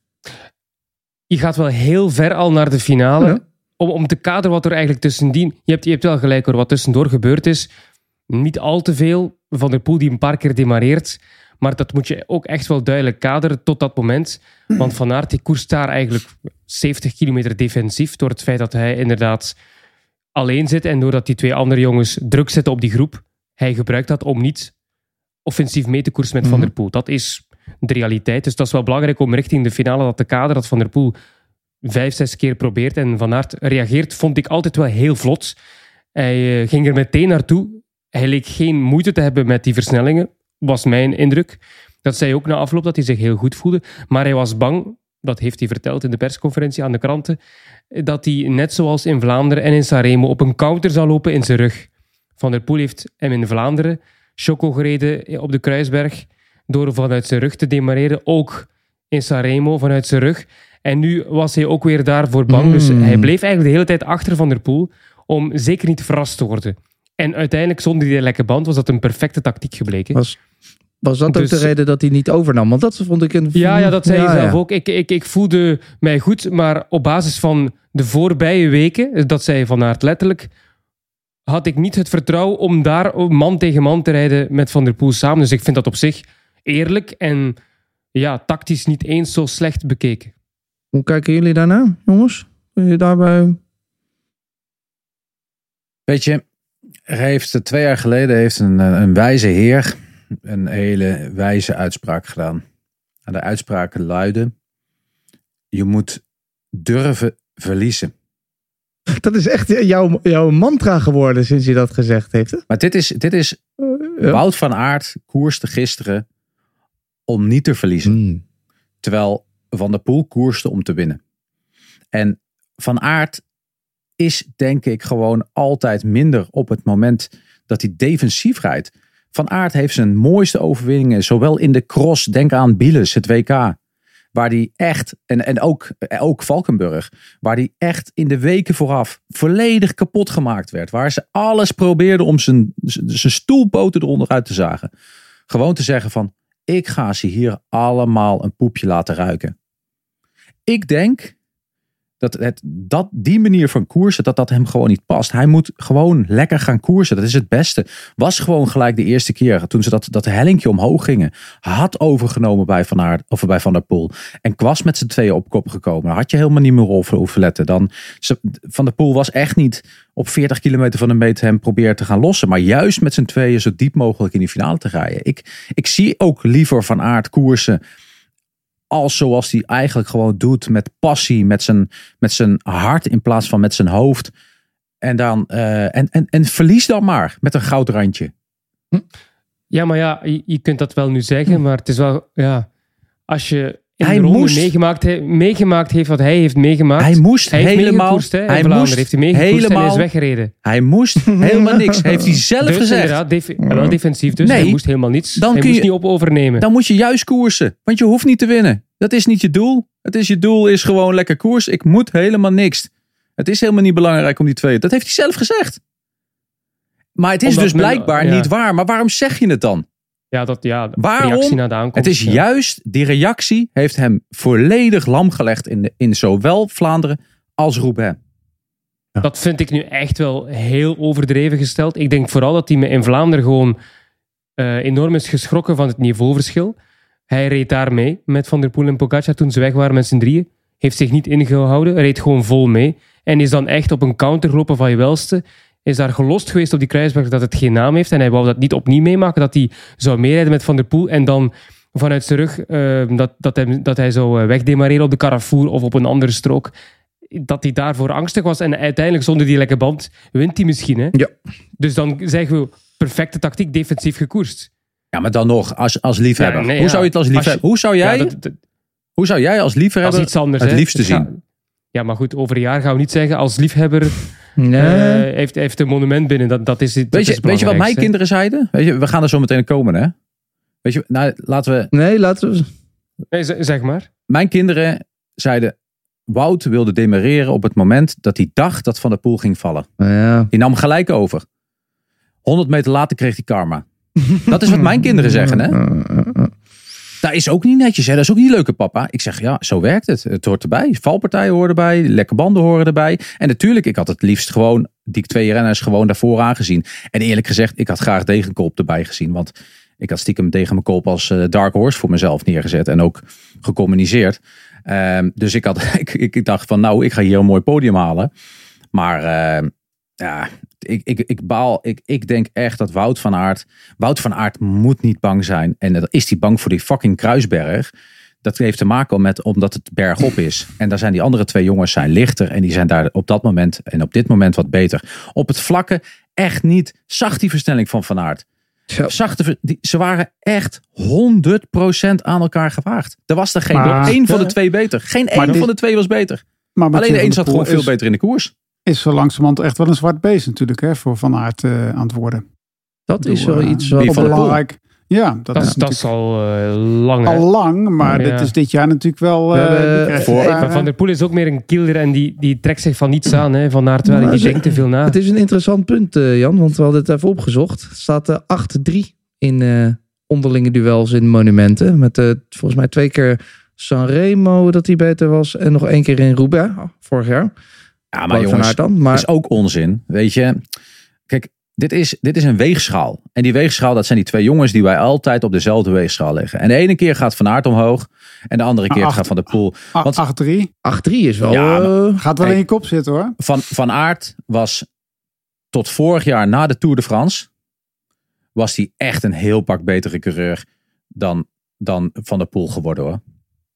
Je gaat wel heel ver al naar de finale. Ja. Om, om te kaderen wat er eigenlijk tussendien... Je hebt, je hebt wel gelijk hoor, wat tussendoor gebeurd is. Niet al te veel. Van der Poel die een paar keer demareert. Maar dat moet je ook echt wel duidelijk kaderen tot dat moment. Want Van Aert die koerst daar eigenlijk zeventig kilometer defensief. Door het feit dat hij inderdaad alleen zit. En doordat die twee andere jongens druk zetten op die groep. Hij gebruikt dat om niet offensief mee te koersen met mm-hmm. Van der Poel. Dat is de realiteit. Dus dat is wel belangrijk om richting de finale dat te kaderen. Dat Van der Poel vijf, zes keer probeert. En Van Aert reageert, vond ik altijd wel heel vlot. Hij uh, ging er meteen naartoe. Hij leek geen moeite te hebben met die versnellingen. Was mijn indruk. Dat zei hij ook na afloop, dat hij zich heel goed voelde. Maar hij was bang, dat heeft hij verteld in de persconferentie aan de kranten, dat hij net zoals in Vlaanderen en in Sanremo op een counter zou lopen in zijn rug. Van der Poel heeft hem in Vlaanderen choco gereden op de Kruisberg door vanuit zijn rug te demareren. Ook in Sanremo vanuit zijn rug. En nu was hij ook weer daarvoor bang. Mm. Dus hij bleef eigenlijk de hele tijd achter Van der Poel om zeker niet verrast te worden. En uiteindelijk, zonder die lekke band, was dat een perfecte tactiek gebleken. Was, was dat dus ook de reden dat hij niet overnam? Want dat vond ik een... Ja, ja dat zei ja, hij zelf ja. ook. Ik, ik, ik voelde mij goed, maar op basis van de voorbije weken, dat zei Van Aert letterlijk, had ik niet het vertrouwen om daar man tegen man te rijden met Van der Poel samen. Dus ik vind dat op zich eerlijk en ja, tactisch niet eens zo slecht bekeken. Hoe kijken jullie daarna, jongens? Kun je daarbij... Weet je, er heeft twee jaar geleden heeft een, een wijze heer een hele wijze uitspraak gedaan. En de uitspraken luiden: je moet durven verliezen. Dat is echt jouw, jouw mantra geworden sinds je dat gezegd heeft. Hè? Maar dit is, dit is uh, ja. Wout van Aert koerste gisteren om niet te verliezen. Mm. Terwijl Van der Poel koerste om te winnen. En Van Aert is denk ik gewoon altijd minder op het moment dat hij defensief rijdt. Van Aert heeft zijn mooiste overwinningen, zowel in de cross, denk aan Biles, het W K, waar hij echt, en, en ook, ook Valkenburg, waar hij echt in de weken vooraf volledig kapot gemaakt werd. Waar ze alles probeerden om zijn, zijn stoelpoten eronder uit te zagen. Gewoon te zeggen van, ik ga ze hier allemaal een poepje laten ruiken. Ik denk dat, het, dat die manier van koersen, dat dat hem gewoon niet past. Hij moet gewoon lekker gaan koersen. Dat is het beste. Was gewoon gelijk de eerste keer toen ze dat, dat hellinkje omhoog gingen. Had overgenomen bij Van Aert, of bij Van der Poel. En was met z'n tweeën op kop gekomen. Dan had je helemaal niet meer over hoeven letten. Dan, ze, Van der Poel was echt niet op veertig kilometer van de meet hem proberen te gaan lossen. Maar juist met z'n tweeën zo diep mogelijk in die finale te rijden. Ik, ik zie ook liever Van Aert koersen als zoals hij eigenlijk gewoon doet, met passie, met zijn, met zijn hart in plaats van met zijn hoofd. En, dan, uh, en, en, en verlies dan maar met een goudrandje. Ja, maar ja, je, je kunt dat wel nu zeggen, maar het is wel, ja, als je in hij de ronde moest, meegemaakt, he, meegemaakt heeft wat hij heeft meegemaakt. Hij moest hij heeft helemaal, he, in hij Vlaanderen moest heeft hij meegekoerst helemaal, en hij is weggereden. Hij moest helemaal niks, heeft hij zelf dus gezegd. Inderdaad, def, wel defensief dus, nee, hij moest helemaal niets, dan hij kun moest je, niet op overnemen. Dan moet je juist koersen, want je hoeft niet te winnen. Dat is niet je doel. Het is je doel is gewoon lekker koers. Ik moet helemaal niks. Het is helemaal niet belangrijk om die twee. Dat heeft hij zelf gezegd. Maar het is Omdat dus blijkbaar men, ja. niet waar. Maar waarom zeg je het dan? Ja, dat ja. Waarom? Reactie naar de aankomst. Het is ja. juist die reactie heeft hem volledig lam gelegd in, de, in zowel Vlaanderen als Roubaix. Ja. Dat vind ik nu echt wel heel overdreven gesteld. Ik denk vooral dat hij me in Vlaanderen gewoon uh, enorm is geschrokken van het niveauverschil. Hij reed daar mee met Van der Poel en Pogacar toen ze weg waren met z'n drieën. Heeft zich niet ingehouden, reed gewoon vol mee. En is dan echt op een counter gelopen van je welste. is daar gelost geweest op die kruisberg dat het geen naam heeft. En hij wou dat niet opnieuw meemaken, dat hij zou meerijden met Van der Poel. En dan vanuit zijn rug uh, dat, dat, hij, dat hij zou wegdemareren op de Carrefour of op een andere strook. Dat hij daarvoor angstig was. En uiteindelijk zonder die lekke band wint hij misschien. Hè? Ja. Dus dan zeggen we perfecte tactiek, defensief gekoerst. Ja, maar dan nog, als, als liefhebber. Ja, nee, hoe ja. zou je het als liefhebber... Als je, hoe, zou jij, ja, dat, dat, hoe zou jij als liefhebber als iets anders, het hè? liefste het zien? Gaat, ja, maar goed, over een jaar gaan we niet zeggen als liefhebber... Nee. Uh, heeft, heeft een monument binnen. Dat, dat is, dat weet, je, is weet je wat mijn kinderen zeiden? Weet je, we gaan er zo meteen komen, hè? Weet je, nou, laten we... Nee, laten we... Nee, zeg maar. Mijn kinderen zeiden... Wout wilde demareren op het moment dat hij dacht dat Van der Poel ging vallen. Ja. Die nam gelijk over. honderd meter later kreeg hij karma. Dat is wat mijn kinderen zeggen, hè? Dat is ook niet netjes, hè? Dat is ook niet leuke, papa. Ik zeg, ja, zo werkt het. Het hoort erbij. Valpartijen horen erbij. Lekke banden horen erbij. En natuurlijk, ik had het liefst gewoon die twee renners gewoon daarvoor aangezien. En eerlijk gezegd, ik had graag Degenkolb erbij gezien. Want ik had stiekem Degenkolb als uh, Dark Horse voor mezelf neergezet. En ook gecommuniceerd. Um, dus ik, had, ik, ik dacht van, nou, ik ga hier een mooi podium halen. Maar uh, ja, ik, ik, ik baal. Ik, ik denk echt dat Wout van Aert... Wout van Aert moet niet bang zijn. En dan is hij bang voor die fucking Kruisberg. Dat heeft te maken met omdat het bergop is. En daar zijn die andere twee jongens zijn lichter. En die zijn daar op dat moment en op dit moment wat beter. Op het vlakke echt niet. Zag die versnelling van Van Aert. Zachte, die, ze waren echt honderd procent aan elkaar gewaagd. Er was er geen maar, één van de twee beter. Geen één dit, van de twee was beter. Maar alleen de een zat gewoon veel is, beter in de koers. Is zo langzamerhand echt wel een zwart beest natuurlijk, hè, voor Van Aert uh, aan het worden. Dat bedoel, is wel uh, iets wat belangrijk. Ja, dat, dat is, dat is al uh, lang. Al lang, maar ja. dit is dit jaar natuurlijk wel... Uh, uh, voor, uh, Van der Poel is ook meer een killer en die, die trekt zich van niets aan. Hè, van naar terwijl die denkt te veel na. Het is een interessant punt, uh, Jan, want we hadden het even opgezocht. Het staat uh, acht drie in uh, onderlinge duels in monumenten. Met uh, volgens mij twee keer Sanremo dat hij beter was en nog één keer in Roubaix, vorig jaar. Ja, maar jongens, dan, maar... is ook onzin. Weet je, kijk... Dit is, dit is een weegschaal. En die weegschaal, dat zijn die twee jongens die wij altijd op dezelfde weegschaal leggen. En de ene keer gaat Van Aert omhoog. En de andere keer acht, gaat Van der Poel. acht drie. acht drie is wel... Ja, uh, gaat wel hey, in je kop zitten hoor. Van, Van Aert was tot vorig jaar na de Tour de France. Was hij echt een heel pak betere coureur dan, dan Van der Poel geworden hoor.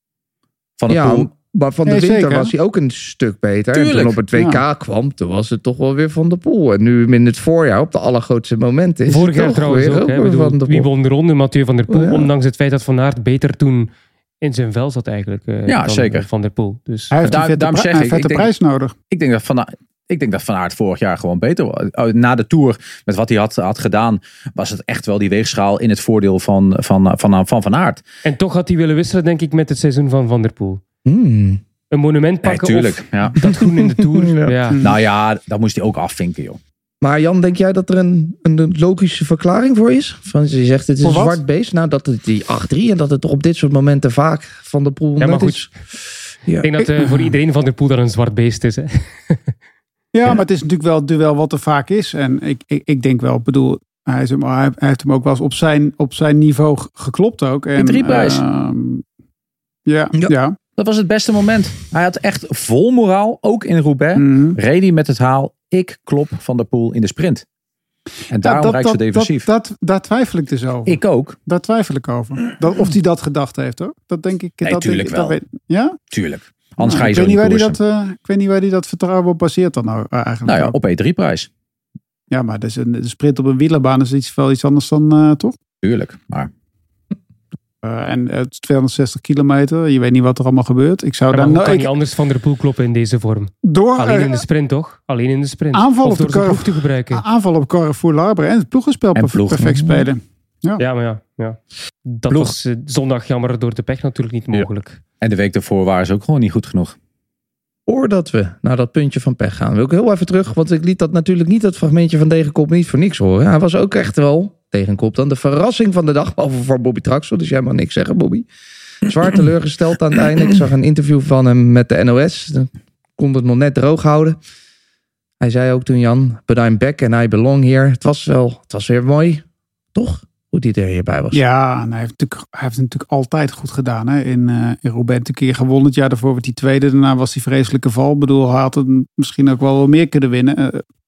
Van der ja, Poel... Maar van de nee, winter zeker. was hij ook een stuk beter. Tuurlijk. En toen op het W K ja. kwam, toen was het toch wel weer Van der Poel. En nu in het voorjaar, op de allergrootste momenten... is Vorig het jaar trouwens ook. Hè, bedoel, wie won de ronde? Mathieu van der Poel. Ja. Ondanks het feit dat Van Aert beter toen in zijn vel zat eigenlijk. Uh, ja, dan zeker. Van der Poel. Dus, hij heeft daar, een vette, zeg ik, vette ik prijs denk, nodig. Ik denk dat Van Aert... Ik denk dat Van Aert vorig jaar gewoon beter was. Na de Tour, met wat hij had, had gedaan... was het echt wel die weegschaal in het voordeel van Van, van, van, van Aert. En toch had hij willen wisselen, denk ik, met het seizoen van Van der Poel. Hmm. Een monument pakken ja, tuurlijk, of ja. dat groen in de Tour. ja. Ja. Nou ja, dat moest hij ook afvinken, joh. Maar Jan, denk jij dat er een, een logische verklaring voor is? Van, je zegt, het is een zwart beest. Nou, dat het die acht drie en dat het toch op dit soort momenten vaak Van der Poel ja, maar goed. is. Ja. Ik denk dat uh, voor iedereen Van der Poel dat een zwart beest is. Hè? Ja, maar het is natuurlijk wel het duel wat er vaak is. En ik, ik, ik denk wel, ik bedoel, hij, is hem, hij heeft hem ook wel eens op zijn, op zijn niveau geklopt ook. En, in drie prijs. Uh, ja, ja, ja. Dat was het beste moment. Hij had echt vol moraal, ook in Roubaix. Mm-hmm. Reed hij met het haal, ik klop Van der Poel in de sprint. En daarom ja, rijdt ze defensief. Dat, dat, daar twijfel ik dus over. Ik ook. Daar twijfel ik over. Dat, of hij dat gedacht heeft hoor. Dat denk ik. Nee, dat tuurlijk denk, wel. Dat weet, ja? Tuurlijk. Anders nou, ga je zo niet koersen. Dat, uh, ik weet niet waar hij dat vertrouwen op baseert dan nou eigenlijk. Nou ja, op E drie prijs. Ja, maar dus een, de sprint op een wielerbaan is iets, wel iets anders dan, uh, toch? Tuurlijk, maar... Uh, en het is tweehonderdzestig kilometer. Je weet niet wat er allemaal gebeurt. Ik zou ja, daar maar no- kan ik... niet anders Van der Poel kloppen in deze vorm? Door, Alleen uh, in de sprint, toch? Alleen in de sprint. Aanval of op door de zijn Car- ploeg te gebruiken. Aanval op Carrefour Larbre en het ploegenspel en ploeg. perfect spelen. Ja, ja maar ja. ja. Dat ploeg. was uh, zondag jammer door de pech natuurlijk niet mogelijk. Ja. En de week daarvoor waren ze ook gewoon niet goed genoeg. Voordat we naar dat puntje van pech gaan, wil ik heel even terug. Want ik liet dat natuurlijk niet, dat fragmentje van Degenkop, niet voor niks horen. Hij was ook echt wel, Degenkop dan, de verrassing van de dag. Behalve voor Bobby Traxel, dus jij mag niks zeggen, Bobby. Zwaar teleurgesteld aan het einde. Ik zag een interview van hem met de N O S. Dan kon het nog net droog houden. Hij zei ook toen, Jan, but I'm back and I belong here. Het was wel, het was weer mooi, toch? Hoe die er hierbij was. Ja, en hij, heeft natuurlijk, hij heeft het natuurlijk altijd goed gedaan. Hè? In, uh, in Roubaix een keer gewonnen. Het jaar daarvoor werd hij tweede. Daarna was die vreselijke val. Ik bedoel, hij had het misschien ook wel meer kunnen winnen. Uh,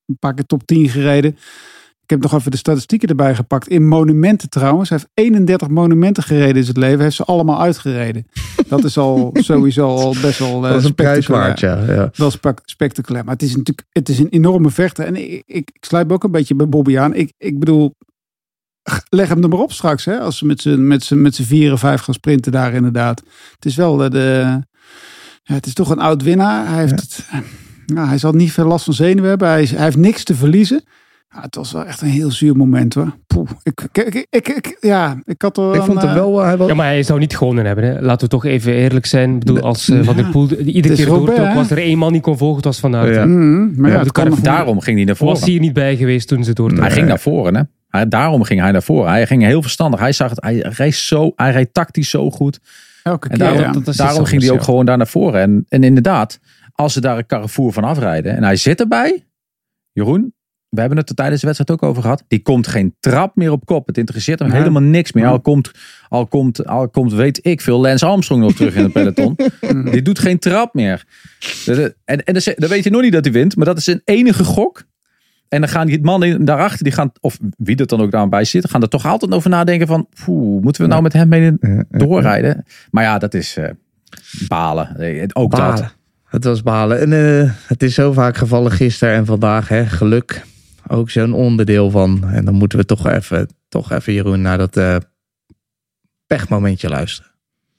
een paar keer top tien gereden. Ik heb nog even de statistieken erbij gepakt. In monumenten trouwens. Hij heeft eenendertig monumenten gereden in zijn leven. Hij heeft ze allemaal uitgereden. Dat is al sowieso al best wel uh, dat is een prijs waard, ja. ja. Dat is spectaculair. Maar het is natuurlijk het is een enorme vechter. En ik, ik, ik sluit me ook een beetje bij Bobby aan. Ik, ik bedoel, leg hem er maar op straks. Hè, als ze met z'n met z'n, met z'n vier en vijf gaan sprinten daar inderdaad. Het is wel de... de ja, het is toch een oud winnaar. Hij, heeft ja. het, nou, hij zal niet veel last van zenuwen hebben. Hij, is, hij heeft niks te verliezen. Ja, het was wel echt een heel zuur moment hoor. Poeh, ik, ik, ik, ik, ja, ik had er Ik vond hem wel... Hij was... Ja, maar hij zou niet gewonnen hebben. Hè. Laten we toch even eerlijk zijn. Ik bedoel, als uh, Van der Poel iedere keer doortrok, was er één man die kon volgen. Het was Van Aert. Ja. Mm, maar ja, ja, kan daarom ging hij naar voren. Was hij er niet bij geweest toen ze doortrokken? Hij ging naar voren, hè. Hij, daarom ging hij naar voren. Hij ging heel verstandig. Hij zag het. Hij reed zo. Hij reed tactisch zo goed. Elke en keer, daarom, ja. dat, dat daarom ging hij ook gewoon daar naar voren. En, en inderdaad, als ze daar een Carrefour van afrijden en hij zit erbij, Jeroen. We hebben het er tijdens de wedstrijd ook over gehad. Die komt geen trap meer op kop. Het interesseert hem ja. helemaal niks meer. Al komt, al, komt, al komt, weet ik veel, Lance Armstrong nog terug in het peloton. Die doet geen trap meer. En, en dan weet je nog niet dat hij wint. Maar dat is een enige gok. En dan gaan die mannen daarachter, die gaan, of wie er dan ook daarbij zit, gaan er toch altijd over nadenken van, poeh, moeten we nou met hem mee doorrijden? Maar ja, dat is uh, balen. Ook balen. dat. Het was balen. En uh, het is zo vaak gevallen gisteren en vandaag. Hè? Geluk. Ook zo'n onderdeel van. En dan moeten we toch even, toch even Jeroen, naar dat uh, pechmomentje luisteren.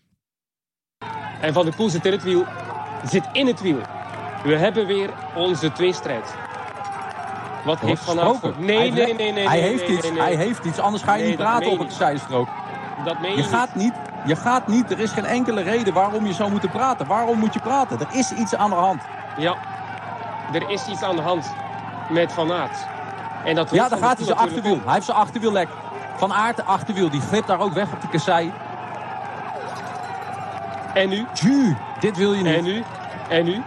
En Van der Poel zit in het wiel. Zit in het wiel. We hebben weer onze tweestrijd. Wat oh, heeft Van Aert voor... Nee, nee, nee, nee, nee. Hij nee, heeft nee, iets, nee, nee. hij heeft iets. Anders ga je nee, niet praten op een het zijstrook. Dat meen je, je gaat niet. Je gaat niet. Er is geen enkele reden waarom je zou moeten praten. Waarom moet je praten? Er is iets aan de hand. Ja, er is iets aan de hand met Van Aert. En dat ja, dan gaat hij zijn achterwiel. Hij heeft zijn achterwiel lek. Van Aert de achterwiel. Die glipt daar ook weg op de kassei. En nu? Tju, dit wil je niet. En nu? En nu?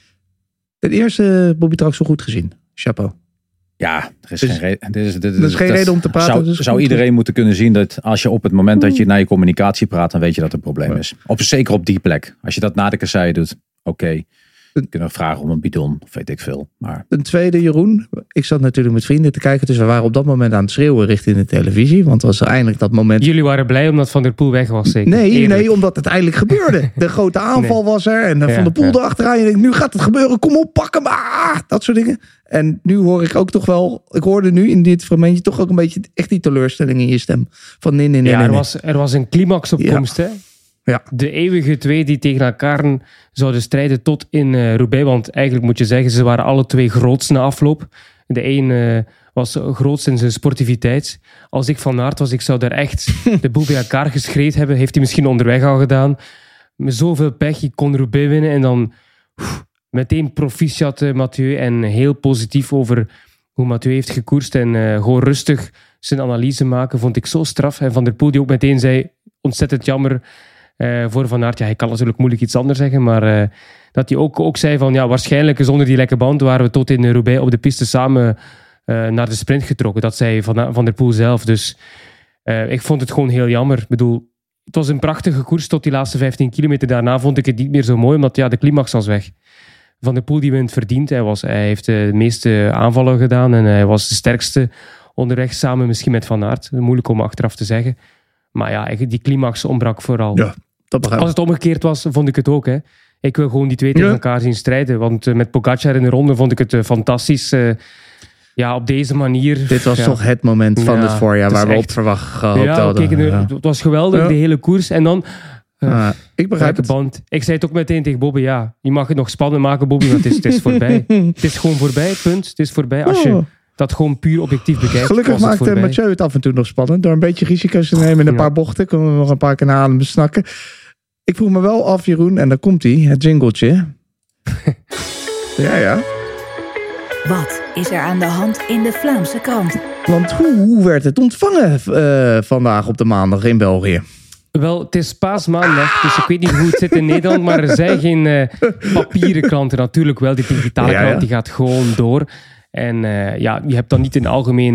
Het eerste Bobby Trax zo goed gezien. Chapeau. Ja, er is dus, geen, reden, dit is, dit, er is geen dat, reden om te praten. Zou, dus zou iedereen goed. moeten kunnen zien dat als je op het moment dat je naar je communicatie praat, dan weet je dat er een probleem is. Op, zeker op die plek. Als je dat na de kassei doet, oké. Okay. Dan kunnen we vragen om een bidon, of weet ik veel. Maar... Een tweede, Jeroen. Ik zat natuurlijk met vrienden te kijken. Dus we waren op dat moment aan het schreeuwen richting de televisie. Want het was eindelijk dat moment. Jullie waren blij omdat Van der Poel weg was, zeker? Nee, Eerlijk. nee, omdat het eindelijk gebeurde. De grote aanval nee. was er. En ja, Van der Poel ja. erachteraan. Je denkt, nu gaat het gebeuren. Kom op, pak hem. Ah, dat soort dingen. En nu hoor ik ook toch wel... Ik hoorde nu in dit fragmentje toch ook een beetje echt die teleurstelling in je stem. Van nee, nee, nee. Ja, nee, er, nee. Was, er was een climax op komst, ja. hè? Ja. De eeuwige twee die tegen elkaar zouden strijden tot in uh, Roubaix. Want eigenlijk moet je zeggen, ze waren alle twee groots na afloop. De een uh, was groots in zijn sportiviteit. Als ik Van Aert was, ik zou daar echt de boel bij elkaar geschreeuwd hebben. Heeft hij misschien onderweg al gedaan. Met zoveel pech, je kon Roubaix winnen. En dan pff, meteen proficiat uh, Mathieu. En heel positief over hoe Mathieu heeft gekoerst. En uh, gewoon rustig zijn analyse maken, vond ik zo straf. En Van der Poel die ook meteen zei, ontzettend jammer... Uh, voor Van Aert, ja, hij kan natuurlijk moeilijk iets anders zeggen, maar uh, dat hij ook, ook zei van, ja, waarschijnlijk zonder die lekke band waren we tot in Roubaix op de piste samen uh, naar de sprint getrokken. Dat zei Van, Van der Poel zelf. Dus uh, ik vond het gewoon heel jammer. Ik bedoel, het was een prachtige koers tot die laatste vijftien kilometer. Daarna vond ik het niet meer zo mooi, omdat ja, de climax was weg. Van der Poel die wint verdiend. Hij, was, hij heeft de meeste aanvallen gedaan en hij was de sterkste onderweg, samen misschien met Van Aert. Moeilijk om achteraf te zeggen. Maar ja, die climax ontbrak vooral. Ja. Als het omgekeerd was, vond ik het ook. Hè. Ik wil gewoon die twee tegen ja. elkaar zien strijden. Want uh, met Pogacar in de ronde vond ik het uh, fantastisch. Uh, ja, op deze manier. Dit was ja. toch het moment van ja, het voorjaar waar we echt... op verwacht gehoopt ja, hadden. Kijk, ja. Het was geweldig, ja. de hele koers. En dan... Uh, ah, ik begrijp het. Band. Ik zei het ook meteen tegen Bobby. Ja, je mag het nog spannend maken, Bobby. Want het is, het is voorbij. Het is gewoon voorbij, punt. Het is voorbij. Als je... dat gewoon puur objectief bekijkt. Gelukkig maakte Mathieu het af en toe nog spannend. Door een beetje risico's te nemen in een ja. paar bochten. Kunnen we nog een paar keer naar adem besnakken. Ik vroeg me wel af, Jeroen, en daar komt hij, het jingletje. ja, ja. Wat is er aan de hand in de Vlaamse krant? Want hoe, hoe werd het ontvangen uh, vandaag op de maandag in België? Wel, het is paasmaandag, dus ik weet niet hoe het zit in Nederland, maar er zijn geen uh, papieren kranten. Natuurlijk wel, die digitale ja, krant ja. die gaat gewoon door. En uh, ja, je hebt dan niet een algemeen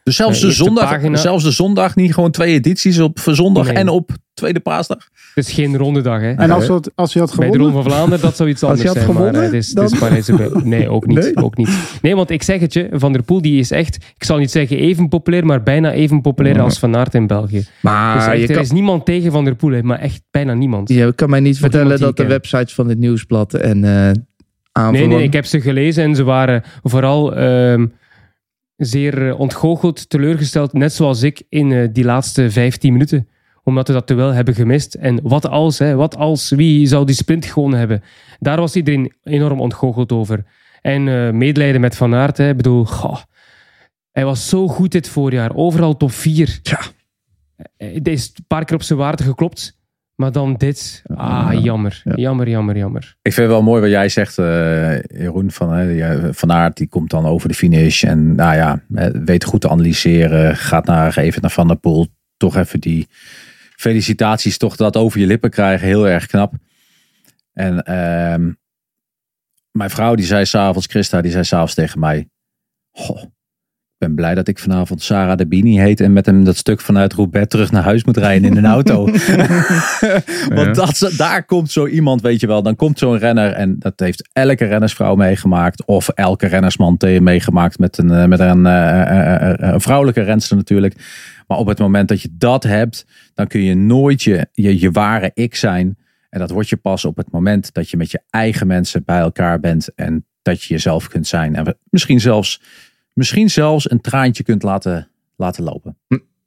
Dus zelfs de, zondag, pagina... zelfs de zondag niet gewoon twee edities op zondag nee. en op tweede paasdag? Het is geen ronde dag, hè? En als, het, als je had gewonnen? Bij de Ronde van Vlaanderen, dat zou iets anders zijn. Als je had zijn, gewonnen, maar het is, het is Parijs. Nee, ook niet, nee? ook niet. Nee, want ik zeg het je, Van der Poel die is echt, ik zal niet zeggen even populair, maar bijna even populair als Van Aert in België. Maar dus echt, er kan... is niemand tegen Van der Poel, hè, maar echt bijna niemand. Je kan mij niet vertellen dat de ken. websites van het Nieuwsblad en uh, Nee, nee, ik heb ze gelezen en ze waren vooral uh, zeer ontgoocheld, teleurgesteld, net zoals ik in uh, die laatste vijftien minuten. Omdat we dat duel hebben gemist. En wat als, hè, wat als, wie zou die sprint gewonnen hebben? Daar was iedereen enorm ontgoocheld over. En uh, medelijden met Van Aert, hè. Ik bedoel, goh, hij was zo goed dit voorjaar. Overal top vier. Ja. Hij is een paar keer op zijn waarde geklopt. Maar dan dit. Ah, jammer. Ja. Jammer, jammer, jammer. Ik vind het wel mooi wat jij zegt, uh, Jeroen. Van, uh, van Aert, die komt dan over de finish. En nou ja, weet goed te analyseren. Gaat naar, even naar Van der Poel. Toch even die felicitaties, toch dat over je lippen krijgen. Heel erg knap. En uh, mijn vrouw, die zei s'avonds, Christa, die zei s'avonds tegen mij. Goh, ik ben blij dat ik vanavond Sarah de Bini heet en met hem dat stuk vanuit Roubaix terug naar huis moet rijden in een auto. Want dat, daar komt zo iemand, weet je wel. Dan komt zo'n renner en dat heeft elke rennersvrouw meegemaakt. Of elke rennersman meegemaakt met een, met een, uh, uh, een vrouwelijke renster natuurlijk. Maar op het moment dat je dat hebt, dan kun je nooit je, je, je ware ik zijn. En dat word je pas op het moment dat je met je eigen mensen bij elkaar bent. En dat je jezelf kunt zijn. En misschien zelfs... Misschien zelfs een traantje kunt laten, laten lopen.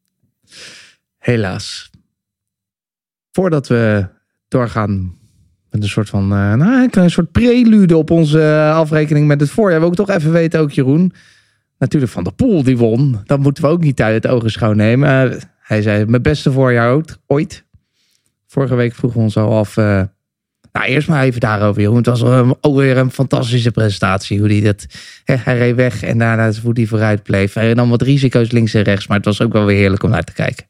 Helaas. Voordat we doorgaan met een soort van uh, nou, een soort prelude op onze afrekening met het voorjaar. Wil ik toch even weten ook, Jeroen. Natuurlijk Van der Poel die won. Dat moeten we ook niet uit het ogenschouw nemen. Uh, hij zei mijn beste voorjaar ooit. Vorige week vroegen we ons al af... Uh, Nou, eerst maar even daarover, Jeroen. Het was ook weer een fantastische presentatie. Hoe die dat, hè, hij reed weg en daarna hoe die vooruit bleef. Hij nam wat risico's links en rechts, maar het was ook wel weer heerlijk om naar te kijken.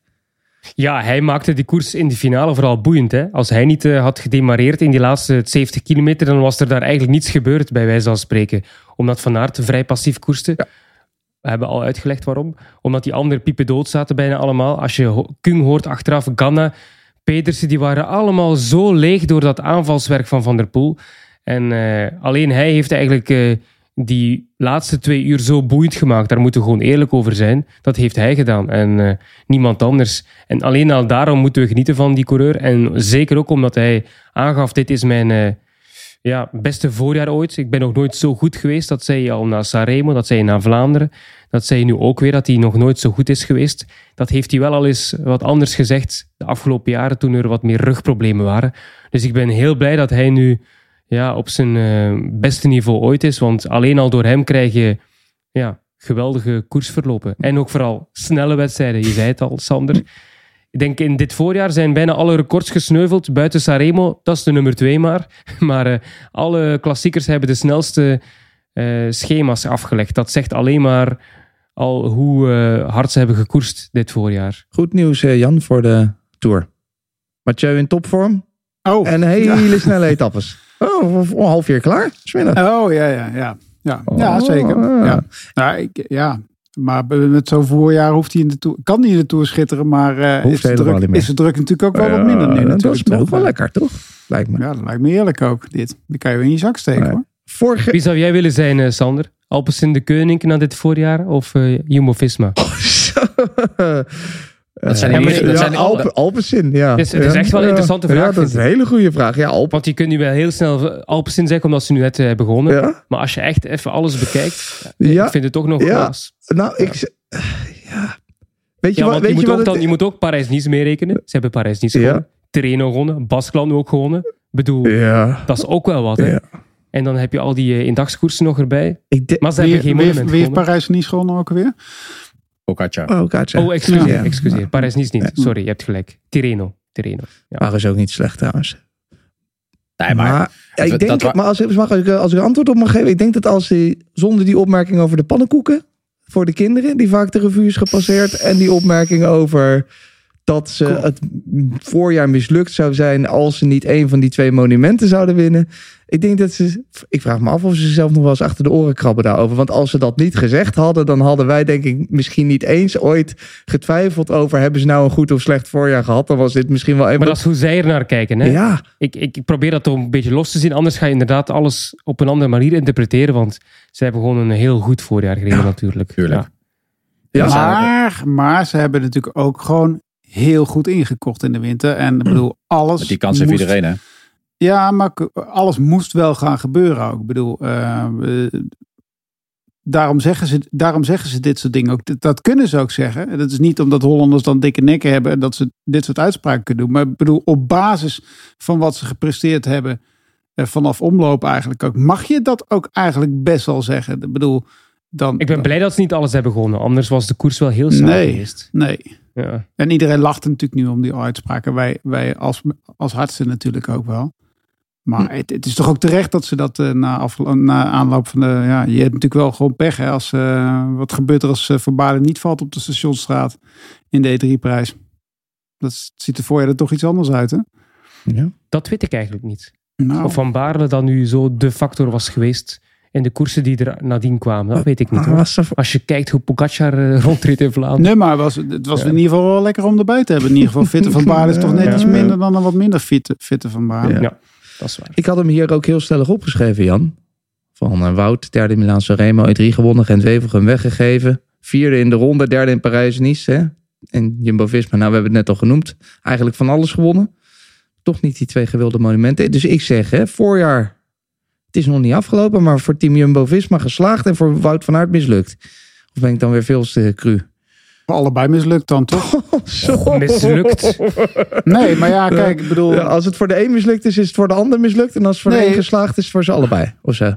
Ja, hij maakte die koers in de finale vooral boeiend. Hè? Als hij niet uh, had gedemareerd in die laatste zeventig kilometer, dan was er daar eigenlijk niets gebeurd, bij wijze van spreken. Omdat Van Aert vrij passief koerste. Ja. We hebben al uitgelegd waarom. Omdat die anderen piepen dood zaten bijna allemaal. Als je Kung hoort achteraf, Ganna... Pedersen, die waren allemaal zo leeg door dat aanvalswerk van Van der Poel. En uh, alleen hij heeft eigenlijk uh, die laatste twee uur zo boeiend gemaakt. Daar moeten we gewoon eerlijk over zijn. Dat heeft hij gedaan en uh, niemand anders. En alleen al daarom moeten we genieten van die coureur. En zeker ook omdat hij aangaf, dit is mijn uh, ja, beste voorjaar ooit. Ik ben nog nooit zo goed geweest. Dat zei je al na Sanremo, dat zei je na Vlaanderen. Dat zei je nu ook weer, dat hij nog nooit zo goed is geweest. Dat heeft hij wel al eens wat anders gezegd de afgelopen jaren, toen er wat meer rugproblemen waren. Dus ik ben heel blij dat hij nu ja, op zijn uh, beste niveau ooit is. Want alleen al door hem krijg je ja, geweldige koersverlopen. En ook vooral snelle wedstrijden. Je zei het al, Sander. Ik denk in dit voorjaar zijn bijna alle records gesneuveld. Buiten Sanremo, dat is de nummer twee maar. Maar uh, alle klassiekers hebben de snelste uh, schema's afgelegd. Dat zegt alleen maar al hoe uh, hard ze hebben gekoerst dit voorjaar. Goed nieuws, uh, Jan, voor de Tour. Mathieu in topvorm. Oh, en hele ja. snelle etappes. Oh, een half uur klaar. Smiddag. Oh, ja, ja, ja. Ja, oh, ja zeker. Uh. Ja. Nou, ik, ja. Maar met zo'n voorjaar hoeft hij in de Tour, kan hij in de Tour schitteren, maar uh, is, de druk, is de druk natuurlijk ook wel uh, wat minder nu. Uh, dat is toch ook wel lekker, toch? Lijkt me. Ja, dat lijkt me eerlijk ook, dit. Die kan je weer in je zak steken, uh, hoor. Vorige... Wie zou jij willen zijn, uh, Sander? Alpecin de Koning na dit voorjaar of uh, Jumbo-Visma? Oh, dat zijn die ja, dat zijn Alpe, Alpecin, ja. Het is, het is echt wel een interessante vraag. Ja, dat is een hele goede vraag. Ja, Alpe. Want je kunt nu wel heel snel Alpecin zeggen, omdat ze nu net uh, begonnen. Ja. Maar als je echt even alles bekijkt, ja. ik vind het toch nog ja. klaas. Nou, ik... Ja. Weet je ja, wat, weet je, moet wat ook het... dan, je moet ook Parijs-Nice meerekenen. Ze hebben Parijs-Nice ja. gewonnen. Tirreno gewonnen. Baskeland ook gewonnen. Ik bedoel, ja. dat is ook wel wat, hè. Ja. En dan heb je al die uh, indagskoersen nog erbij. De... Maar ze hebben geen monument gewonnen. Wie heeft Parijs-Nice gewonnen ook alweer? Pogacar. Oh, Pogacar. Oh, excuseer. Ja. excuseer. Parijs-Nice niet. Sorry, je hebt gelijk. Tirreno. Tirreno. Ja. Maar is ook niet slecht trouwens. Nee, maar... maar ja, ik denk, dat... maar als, mag, als, ik, als ik een antwoord op mag geven. Ik denk dat als hij zonder die opmerking over de pannenkoeken voor de kinderen, die vaak de revue is gepasseerd, en die opmerking over dat ze cool. het voorjaar mislukt zou zijn als ze niet een van die twee monumenten zouden winnen. Ik denk dat ze... Ik vraag me af of ze zichzelf nog wel eens achter de oren krabben daarover. Want als ze dat niet gezegd hadden, dan hadden wij denk ik misschien niet eens ooit getwijfeld over hebben ze nou een goed of slecht voorjaar gehad. Dan was dit misschien wel even... Maar dat is hoe zij er naar kijken. Hè? Ja. Ik, ik probeer dat een beetje los te zien. Anders ga je inderdaad alles op een andere manier interpreteren. Want ze hebben gewoon een heel goed voorjaar gereden ja. natuurlijk. Tuurlijk. Ja. Ja, maar, maar ze hebben natuurlijk ook gewoon heel goed ingekocht in de winter. En ik bedoel, alles... Die kans heeft iedereen, hè? Ja, maar alles moest wel gaan gebeuren ook. Ik bedoel, uh, uh, daarom, zeggen ze, daarom zeggen ze dit soort dingen ook. Dat, dat kunnen ze ook zeggen. Dat is niet omdat Hollanders dan dikke nekken hebben en dat ze dit soort uitspraken kunnen doen. Maar ik bedoel, op basis van wat ze gepresteerd hebben uh, vanaf omloop eigenlijk ook, mag je dat ook eigenlijk best wel zeggen. Ik bedoel, dan... Ik ben dan... blij dat ze niet alles hebben gewonnen. Anders was de koers wel heel saai nee, geweest. Nee, ja. En iedereen lacht natuurlijk nu om die uitspraken. Wij, wij als, als hardste natuurlijk ook wel. Maar het, het is toch ook terecht dat ze dat uh, na, af, na aanloop van de... Ja, je hebt natuurlijk wel gewoon pech. Hè, als, uh, wat gebeurt er als uh, Van Baarle niet valt op de Stationsstraat in de E drie prijs? Dat ziet er voor je er toch iets anders uit, hè? Ja. Dat weet ik eigenlijk niet. Nou. Of Van Baarle dan nu zo de factor was geweest in de koersen die er nadien kwamen. Dat weet ik niet. Hoor. Als je kijkt hoe Pogacar uh, rondreed in Vlaanderen. Nee, maar was, het was ja. in ieder geval wel lekker om erbij te hebben. In ieder geval fitte Van Baarle is toch net ja. iets minder dan een wat minder fitte, fitte Van Baarle. Ja. ja. Dat is waar. Ik had hem hier ook heel stellig opgeschreven, Jan. Van uh, Wout, derde in Milaan Sanremo, E drie gewonnen, Gent-Wevelgem weggegeven. Vierde in de ronde, derde in Parijs-Nice. Hè? En Jumbo-Visma, nou we hebben het net al genoemd. Eigenlijk van alles gewonnen. Toch niet die twee gewilde monumenten. Dus ik zeg, hè, voorjaar, het is nog niet afgelopen, maar voor team Jumbo-Visma geslaagd en voor Wout van Aert mislukt. Of ben ik dan weer veel te cru? Allebei mislukt dan, toch? Oh, zo. Mislukt. Nee, maar ja, kijk, ik bedoel... Ja, als het voor de een mislukt is, is het voor de ander mislukt. En als het voor nee. de een geslaagd is, is het voor ze allebei. Of zo.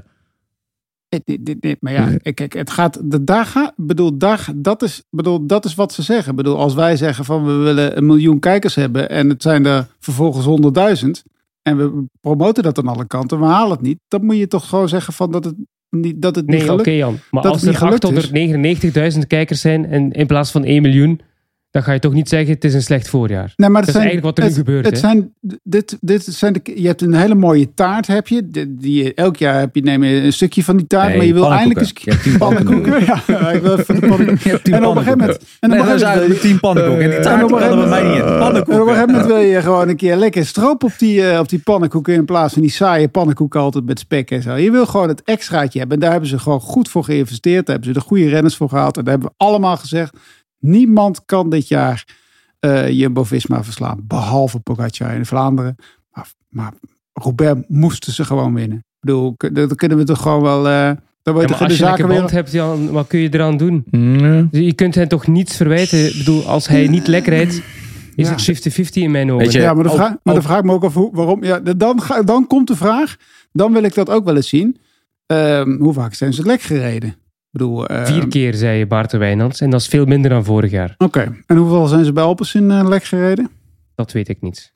Dit, dit, dit, maar ja, kijk, het gaat... Daar gaat bedoel, daar, dat, is, bedoel, dat is wat ze zeggen. Ik bedoel, als wij zeggen van we willen een miljoen kijkers hebben en het zijn er vervolgens honderdduizend en we promoten dat aan alle kanten, we halen het niet. Dan moet je toch gewoon zeggen van dat het niet, dat het niet nee, gelukt is. Nee, oké Jan. Maar dat als er achthonderdnegenennegentigduizend kijkers zijn en in plaats van één miljoen, dan ga je toch niet zeggen het is een slecht voorjaar. Nee, maar dat zijn, is eigenlijk wat er het, nu gebeurt. Het hè? zijn, dit, dit zijn de, je hebt een hele mooie taart, heb je. Die, die, elk jaar heb je, neem je een stukje van die taart, nee, maar je wil eindelijk eens... Je hebt tien pannenkoeken. Ja, ja, ik wil even de pannenkoeken. Je hebt tien en op een gegeven moment... En op een gegeven moment tien pannenkoeken. En die taart kan bij mij niet in. Pannenkoeken. En op een gegeven moment wil je gewoon een keer lekker stroop op die, uh, op die pannenkoeken in plaats van die saaie pannenkoeken altijd met spek en zo. Je wil gewoon het extraatje hebben. En daar hebben ze gewoon goed voor geïnvesteerd. Daar hebben ze de goede renners voor gehaald. En daar hebben we allemaal gezegd, niemand kan dit jaar Uh, Jumbo-Visma verslaan. Behalve Pogacar in Vlaanderen. Maar, maar Roubaix moesten ze gewoon winnen. Ik bedoel, dat kunnen we toch gewoon wel... Uh, dan ja, maar als je een band hebt, Jan, wat kun je eraan doen? Mm. Je kunt hen toch niets verwijten? Ik bedoel, als hij niet lekker rijdt, is ja. het vijftig vijftig in mijn ogen. Je, ja, maar, de vraag, maar de vraag me ook af hoe, waarom... Ja, dan, dan komt de vraag, dan wil ik dat ook wel eens zien. Um, hoe vaak zijn ze lek gereden? Ik bedoel, uh, Vier keer, zei je Bart de Wijnands. En dat is veel minder dan vorig jaar. Oké. Okay. En hoeveel zijn ze bij Alpecin uh, lek gereden? Dat weet ik niet.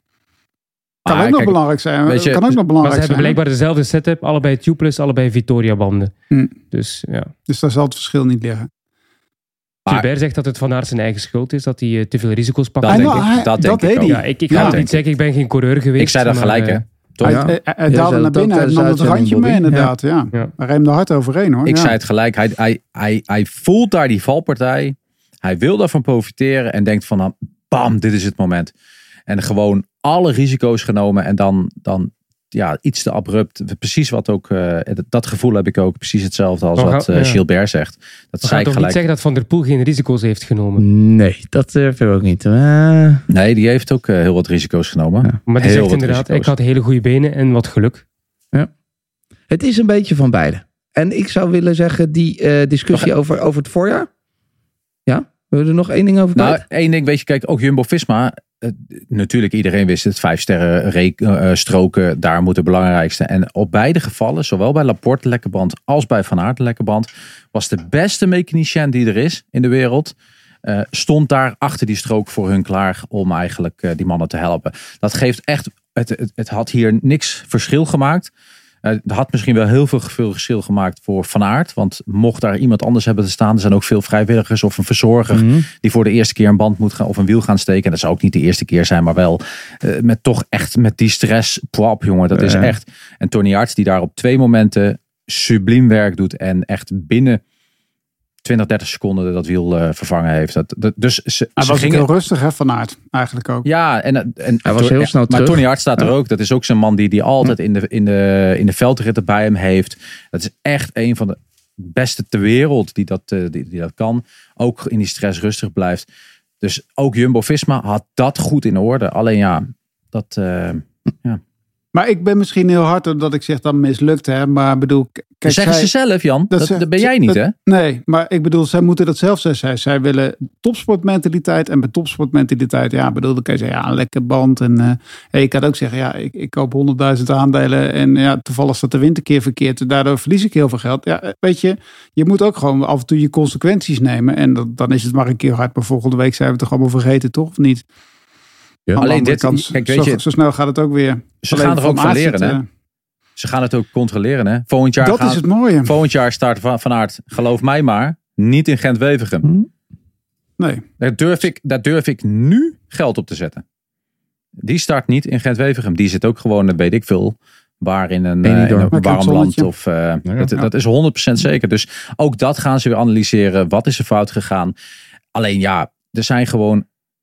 Kan ah, ook kijk, nog belangrijk zijn. Weet je, kan ook nog belangrijk maar ze hebben zijn, blijkbaar dezelfde setup. Allebei tubeless, allebei Vittoria-banden. Hmm. Dus, ja. dus daar zal het verschil niet liggen. Gilbert zegt dat het Van Aert zijn eigen schuld is. Dat hij uh, te veel risico's pakt. Dat denk ik. Hij, dat dat denk ik ook. Ja, ik, ik ga ja, het niet zeggen. Ik ben geen coureur geweest. Ik zei dat gelijk, hè. Hij, ja. hij, hij daalde ja, naar binnen en nam het randje mee inderdaad. Ja. Ja. Ja. Hij reemde hard overheen hoor. Ik ja. zei het gelijk. Hij, hij, hij, hij voelt daar die valpartij. Hij wil daarvan profiteren en denkt van bam, dit is het moment. En gewoon alle risico's genomen en dan, dan ja, iets te abrupt. Precies wat ook, uh, dat gevoel heb ik ook precies hetzelfde als gaan, wat uh, ja. Gilbert zegt. Dat We gaan toch gelijk. niet zeggen dat Van der Poel geen risico's heeft genomen? Nee, dat uh, vind ik ook niet. Uh... Nee, die heeft ook uh, heel wat risico's genomen. Ja. Maar die heel zegt inderdaad, risico's. Ik had hele goede benen en wat geluk. Ja. Het is een beetje van beide. En ik zou willen zeggen, die uh, discussie over, over het voorjaar. Ja? Wil je er nog één ding over kwijt? Nou, één ding, weet je, kijk, ook Jumbo-Visma. Uh, natuurlijk, iedereen wist het. Vijf sterren re- uh, stroken, daar moet de belangrijkste. En op beide gevallen, zowel bij Laporte lekke band als bij Van Aert lekke band, was de beste mechanicien die er is in de wereld. Uh, stond daar achter die strook voor hun klaar om eigenlijk uh, die mannen te helpen. Dat geeft echt, het, het, het had hier niks verschil gemaakt. Het had misschien wel heel veel, veel verschil gemaakt voor Van Aert. Want mocht daar iemand anders hebben te staan. Er zijn ook veel vrijwilligers of een verzorger. Mm-hmm. Die voor de eerste keer een band moet gaan of een wiel gaan steken. Dat zou ook niet de eerste keer zijn. Maar wel uh, met toch echt met die stress. Pwap, jongen, dat is uh, echt. En Tony Arts die daar op twee momenten subliem werk doet. En echt binnen twintig, dertig seconden dat wiel uh, vervangen heeft. Dat, dat, dus ze, Hij ze was gingen... heel rustig, hè, Van Aert. Eigenlijk ook. Ja, en, en hij was heel snel maar terug. Tony Hart staat er ja. ook. Dat is ook zo'n man die, die altijd in de, in, de, in de veldritten bij hem heeft. Dat is echt een van de beste ter wereld die dat, uh, die, die dat kan. Ook in die stress rustig blijft. Dus ook Jumbo-Visma had dat goed in orde. Alleen ja, dat... Uh, ja. Maar ik ben misschien heel hard dat ik zeg dat mislukt, hè. Maar bedoel, kijk, dat zeggen zij, ze zelf, Jan. Dat, dat, zeg, dat ben jij niet, dat, hè? Nee, maar ik bedoel, zij moeten dat zelf zeggen. Zij, zij willen topsportmentaliteit. En bij topsportmentaliteit, ja, bedoel, dan kan je zeggen, ja, een lekker band. En uh, hey, ik kan ook zeggen, ja, ik, ik koop honderdduizend aandelen. En ja, toevallig staat de wind een keer verkeerd. Daardoor verlies ik heel veel geld. Ja, weet je, je moet ook gewoon af en toe je consequenties nemen. En dat, dan is het maar een keer hard. Maar volgende week zijn we het toch allemaal vergeten, toch? Of niet? Ja. Alleen dit, kant, kijk, weet zo, je, zo snel gaat het ook weer. Ze Alleen gaan er ook van leren, hè? Ze gaan het ook controleren, hè? Volgend jaar dat gaan, is het mooie. Volgend jaar start Van, van Aert, geloof mij maar, niet in Gent-Wevelgem. Hmm. Nee. Daar durf, ik, daar durf ik nu geld op te zetten. Die start niet in Gent-Wevelgem. Die zit ook gewoon, weet ik veel, waar in een, uh, in een warm land. Of, uh, ja, dat, ja. dat is honderd procent zeker. Dus ook dat gaan ze weer analyseren. Wat is er fout gegaan? Alleen ja, er zijn gewoon...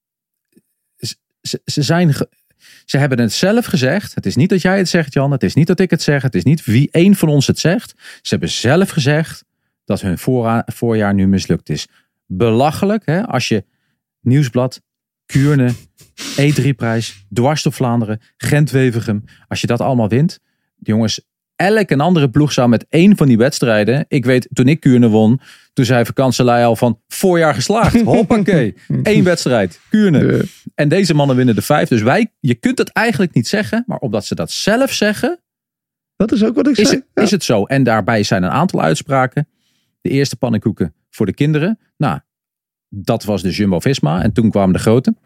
Ze, ze, zijn, ze hebben het zelf gezegd. Het is niet dat jij het zegt, Jan. Het is niet dat ik het zeg. Het is niet wie één van ons het zegt. Ze hebben zelf gezegd dat hun voorra- voorjaar nu mislukt is. Belachelijk, hè? Als je Nieuwsblad, Kuurne, E drie prijs, Dwars door Vlaanderen, Gent-Wevelgem. Als je dat allemaal wint. Jongens, elke andere ploeg zou met één van die wedstrijden. Ik weet, toen ik Kuurne won. Toen zei Vakanselij al van voorjaar geslaagd. Hoppakee. Eén wedstrijd. Kuurne. Ja. En deze mannen winnen de vijf. Dus wij, je kunt het eigenlijk niet zeggen. Maar omdat ze dat zelf zeggen. Dat is ook wat ik is zei. Het, ja. Is het zo. En daarbij zijn een aantal uitspraken. De eerste pannenkoeken voor de kinderen. Nou, dat was de Jumbo-Visma. En toen kwamen de grote.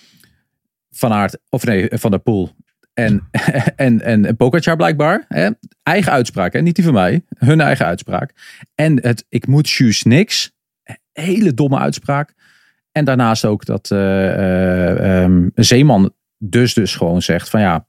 Van Aert, of nee, Van der Poel. En, en, en Pogačar blijkbaar. Hè? Eigen uitspraak. Hè? Niet die van mij. Hun eigen uitspraak. En het ik moet juist niks. Hele domme uitspraak. En daarnaast ook dat uh, uh, um, Zeeman dus dus gewoon zegt van ja.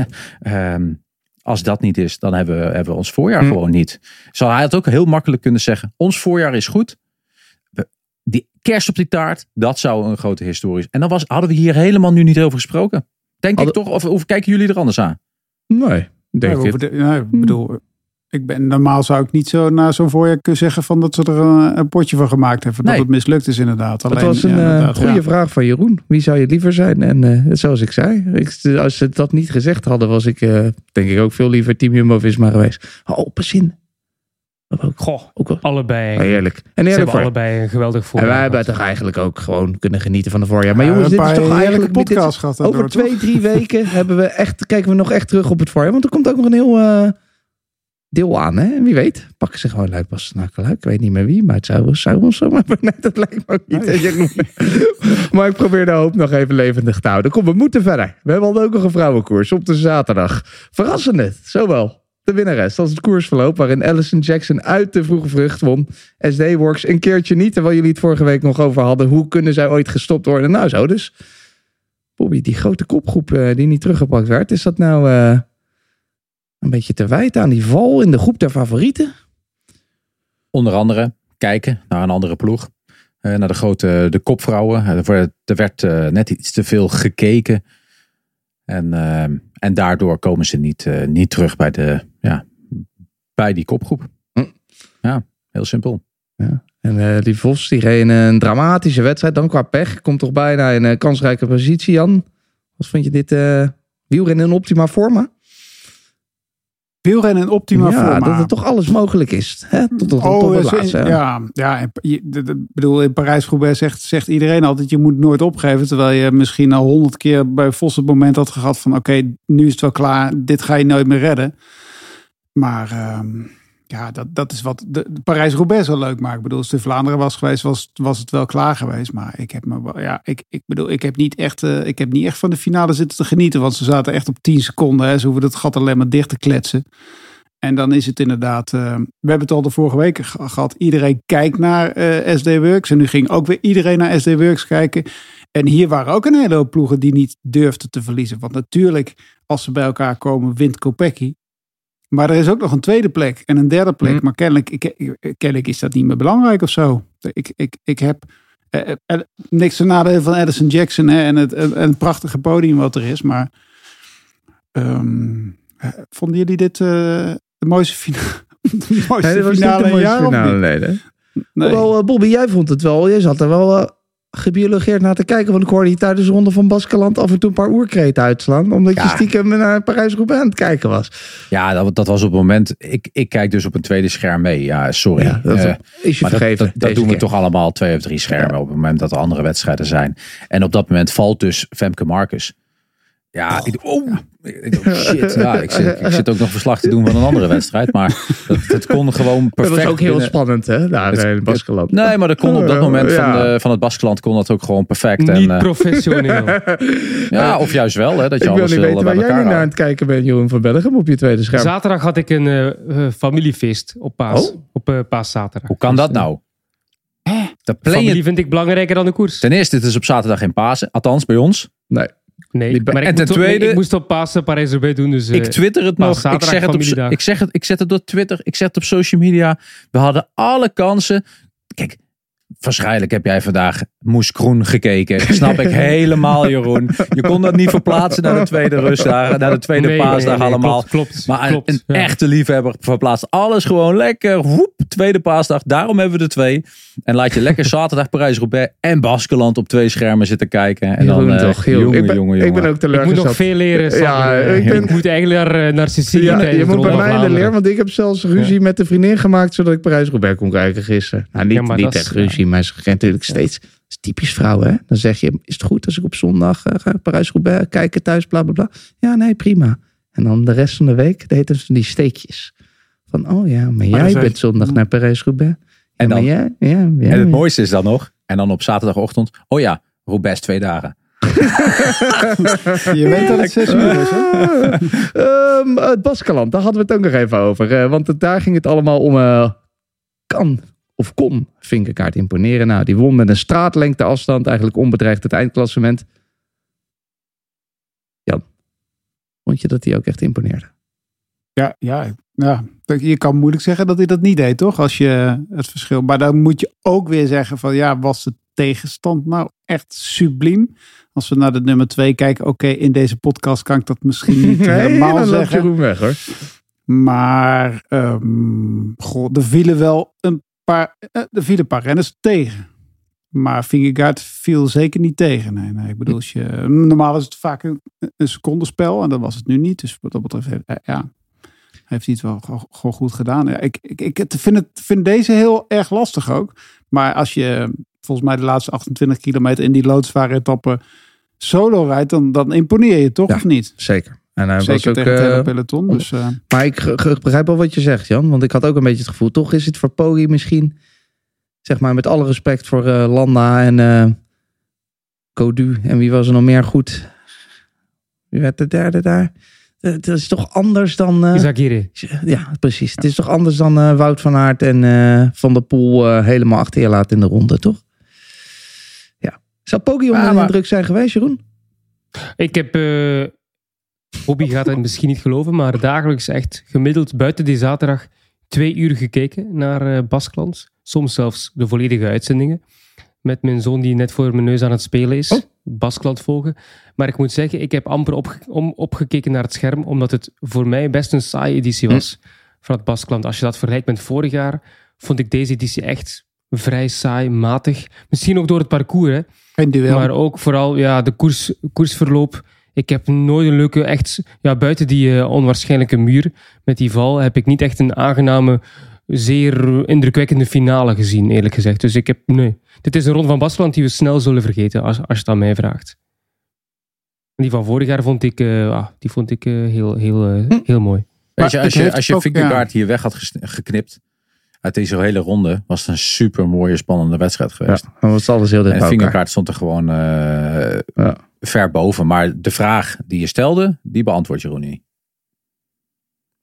um, als dat niet is, dan hebben we, hebben we ons voorjaar hm. gewoon niet. Zou hij het ook heel makkelijk kunnen zeggen. Ons voorjaar is goed. We, die kerst op die taart. Dat zou een grote historisch. En dan was, hadden we hier helemaal nu niet over gesproken. Denk Hadden... ik toch? Of, of kijken jullie er anders aan? Nee, denk ja, ik. De, ja, ik bedoel, ik ben, normaal zou ik niet zo na zo'n voorjaar kunnen zeggen van dat ze er een, een potje van gemaakt hebben. Nee. Dat het mislukt is inderdaad. Alleen, het was een ja, uh, goede ja. vraag van Jeroen. Wie zou je liever zijn? En uh, zoals ik zei, ik, als ze dat niet gezegd hadden, was ik uh, denk ik ook veel liever Team Jumbo-Visma geweest. Open zin. Ook, Goh, ook wel. Allebei. Oh, heerlijk. En ze hebben allebei een geweldig voorjaar. En wij hebben toch eigenlijk ook gewoon kunnen genieten van de voorjaar. Maar jongens, dit is toch eigenlijk podcast gehad. Over door, twee, toch? drie weken hebben we echt, kijken we nog echt terug op het voorjaar. Want er komt ook nog een heel uh, deel aan. Hè? En wie weet, pakken ze gewoon Luik pas naar Luik. Ik weet niet meer wie, maar het zou, zou ons zomaar. Nee, dat lijkt me ook niet. Nee. Maar ik probeer de hoop nog even levendig te houden. Kom, we moeten verder. We hebben al ook nog een vrouwenkoers op de zaterdag. Verrassend, zo wel. De winnares, dat is het koersverloop waarin Alison Jackson uit de vroege vrucht won. S D-Works een keertje niet, terwijl jullie het vorige week nog over hadden. Hoe kunnen zij ooit gestopt worden? Nou zo dus. Bobby, die grote kopgroep uh, die niet teruggepakt werd, is dat nou uh, een beetje te wijten aan die val in de groep der favorieten? Onder andere kijken naar een andere ploeg. Uh, naar de grote de kopvrouwen. Uh, er werd uh, net iets te veel gekeken. En, uh, en daardoor komen ze niet, uh, niet terug bij, de, ja, bij die kopgroep. Hm. Ja, heel simpel. Ja. En uh, die Vos die reed een dramatische wedstrijd. Dan qua pech. Komt toch bijna in een kansrijke positie, Jan. Wat vind je dit uh, wielrennen in optima forma? Wielrennen in optima ja, forma. Ja, dat het toch alles mogelijk is. Hè? Tot, tot, oh, tot het laatste. Ja, ja, ja ik bedoel, in Parijs-Roubaix zegt, zegt iedereen altijd, je moet nooit opgeven. Terwijl je misschien al honderd keer bij Vos het moment had gehad van, oké, okay, nu is het wel klaar. Dit ga je nooit meer redden. Maar um, ja, dat, dat is wat de, de Parijs-Roubaix wel leuk maakt. Ik bedoel, als het in Vlaanderen was geweest, was, was het wel klaar geweest. Maar ik heb me wel, ja, ik, ik bedoel, ik heb niet echt, uh, ik heb niet echt van de finale zitten te genieten. Want ze zaten echt op tien seconden. Hè. Ze hoeven het gat alleen maar dicht te kletsen. En dan is het inderdaad... Uh, we hebben het al de vorige weken gehad. Iedereen kijkt naar uh, S D Works. En nu ging ook weer iedereen naar S D Works kijken. En hier waren ook een hele hoop ploegen die niet durfden te verliezen. Want natuurlijk, als ze bij elkaar komen, wint Kopecky. Maar er is ook nog een tweede plek en een derde plek. Mm. Maar kennelijk, ik, kennelijk is dat niet meer belangrijk of zo. Ik, ik, ik heb uh, uh, niks te nadelen van Addison Jackson hè, en, het, en het prachtige podium wat er is. Maar um, uh, vonden jullie dit uh, de mooiste, fina- de mooiste nee, dat finale in het jaar? Finale, nee, nee. nee. Wel, uh, Bobby, jij vond het wel. Je zat er wel... Uh... gebiologeerd naar te kijken. Want ik hoorde je tijdens de ronde van Baskeland af en toe een paar oerkreten uitslaan. Omdat ja. je stiekem naar Parijs-Roubaix aan het kijken was. Ja, dat, dat was op het moment... Ik, ik kijk dus op een tweede scherm mee. Ja, sorry. Ja, dat uh, is je maar vergeven. Dat, dat, dat doen we keer. toch allemaal twee of drie schermen ja. op het moment dat er andere wedstrijden zijn. En op dat moment valt dus Femke Marcus. Ja, oh, ik, oh, ik, oh shit. Ja, ik, zit, ik zit ook nog verslag te doen van een andere wedstrijd. Maar het, het kon gewoon perfect. Dat was ook heel binnen, spannend, hè? Daar het, in Baskeland. Nee, maar dat kon op dat moment ja. van, de, van het Baskeland kon dat ook gewoon perfect. Niet en, uh, professioneel. Ja, of juist wel, hè? Dat je ik alles wil niet wil weten bij waar jij nu elkaar naar aan het kijken bent, Jeroen van Bellegem, op je tweede scherm. Zaterdag had ik een uh, uh, familiefeest op Paas. Oh? Op uh, Paaszaterdag. Hoe kan dus, dat nou? Uh, de familie je... vind ik belangrijker dan de koers. Ten eerste, het is op zaterdag geen Pasen. Althans, bij ons. Nee. Nee, maar ik, en ten moet tweede, op, ik moest op Pasen Parijs-Roubaix doen. Dus, uh, ik twitter het nog. Ik zeg het, op, ik, zeg het, ik zet het door Twitter. Ik zet het op social media. We hadden alle kansen. Kijk, waarschijnlijk heb jij vandaag Moes Kroen gekeken. Snap ik helemaal, Jeroen. Je kon dat niet verplaatsen naar de tweede rustdag. Naar de tweede nee, paasdag nee, nee, allemaal. Klopt, klopt, maar klopt, een, een ja. echte liefhebber verplaatst alles gewoon lekker. Woep, tweede paasdag. Daarom hebben we er twee. En laat je lekker zaterdag Parijs-Roubaix en Baskeland op twee schermen zitten kijken. En Jeroen, dan, toch, uh, jongen, ik ben, jongen, jongen. Ik ben ook teleurgesteld. Ik moet nog veel leren. Ja, ik, ben, ik moet eigenlijk naar, naar Sicilië. Ja, je moet bij mij de leer, want ik heb zelfs ruzie ja. met de vriendin gemaakt, zodat ik Parijs-Roubaix kon kijken gisteren. Nou, niet, ja, niet echt ruzie, ja. maar ze kent natuurlijk steeds... Dat is typisch vrouwen, hè? Dan zeg je, is het goed als ik op zondag uh, ga Parijs-Roubaix kijken thuis, bla, bla, bla. Ja, nee, prima. En dan de rest van de week deden ze die steekjes. Van, oh ja, maar jij maar bent zondag naar Parijs-Roubaix. En, ja, dan, jij, ja, ja, en het ja. mooiste is dan nog, en dan op zaterdagochtend, oh ja, Roubaix twee dagen. Je weet dat het zes uur is, hè? um, het Baskeland, daar hadden we het ook nog even over. Uh, want het, daar ging het allemaal om... Uh, kan... of kon Vingegaard imponeren. Nou, die won met een straatlengte afstand. Eigenlijk onbedreigd het eindklassement. Jan, vond je dat hij ook echt imponeerde? Ja, ja, ja, je kan moeilijk zeggen dat hij dat niet deed, toch? Als je het verschil... Maar dan moet je ook weer zeggen van... Ja, was de tegenstand nou echt subliem? Als we naar de nummer twee kijken... Oké, okay, in deze podcast kan ik dat misschien niet nee, helemaal dan zeggen. Dan weg, hoor. Maar... Um, goh, er vielen wel een paar... Er vielen een paar renners tegen. Maar Vingegaard viel zeker niet tegen. Nee, nee, ik bedoel, als je, normaal is het vaak een, een secondenspel. En dat was het nu niet. Dus wat dat betreft... Ja, heeft hij het wel gewoon goed gedaan. Ja, ik ik, ik vind, het, vind deze heel erg lastig ook. Maar als je volgens mij de laatste achtentwintig kilometer in die loodzware etappe solo rijdt, dan, dan imponeer je toch, ja, of niet? Zeker. En hij zeker was ook, tegen het uh, hele peloton. Dus, uh... Maar ik, ik begrijp wel wat je zegt, Jan. Want ik had ook een beetje het gevoel, toch is het voor Poggi misschien, zeg maar met alle respect voor uh, Landa en uh, Codu. En wie was er nog meer goed? Wie werd de derde daar? Het is toch anders dan... Uh, Izagirre. Ja, precies. Het is toch anders dan uh, Wout van Aert en uh, Van der Poel uh, helemaal achter je laten in de ronde, toch? Ja. Zou Poggi onder de indruk zijn geweest, Jeroen? Ik heb... Uh, Bobby gaat het misschien niet geloven, maar dagelijks echt gemiddeld buiten die zaterdag twee uur gekeken naar uh, Baskeland. Soms zelfs de volledige uitzendingen. Met mijn zoon die net voor mijn neus aan het spelen is. Oh. Baskeland volgen. Maar ik moet zeggen, ik heb amper opge- om, opgekeken naar het scherm, omdat het voor mij best een saaie editie was hm. van het Baskeland. Als je dat vergelijkt met vorig jaar, vond ik deze editie echt vrij saai, matig. Misschien ook door het parcours, hè. Geen duel. Maar ook vooral ja, de koers, koersverloop. Ik heb nooit een leuke, echt, ja, buiten die uh, onwaarschijnlijke muur met die val, heb ik niet echt een aangename, zeer indrukwekkende finale gezien, eerlijk gezegd. Dus ik heb, nee. Dit is een ronde van Baskeland die we snel zullen vergeten, als, als je het aan mij vraagt. En die van vorig jaar vond ik, uh, ah, die vond ik uh, heel, heel, uh, hm. heel mooi. Weet je, als je, als je Vingegaard ja. hier weg had geknipt uit deze hele ronde, was het een super mooie, spannende wedstrijd geweest. Ja, dan was alles heel dicht bij elkaar. En Vingegaard stond er gewoon uh, ja. ver boven. Maar de vraag die je stelde, die beantwoord Jeroen niet.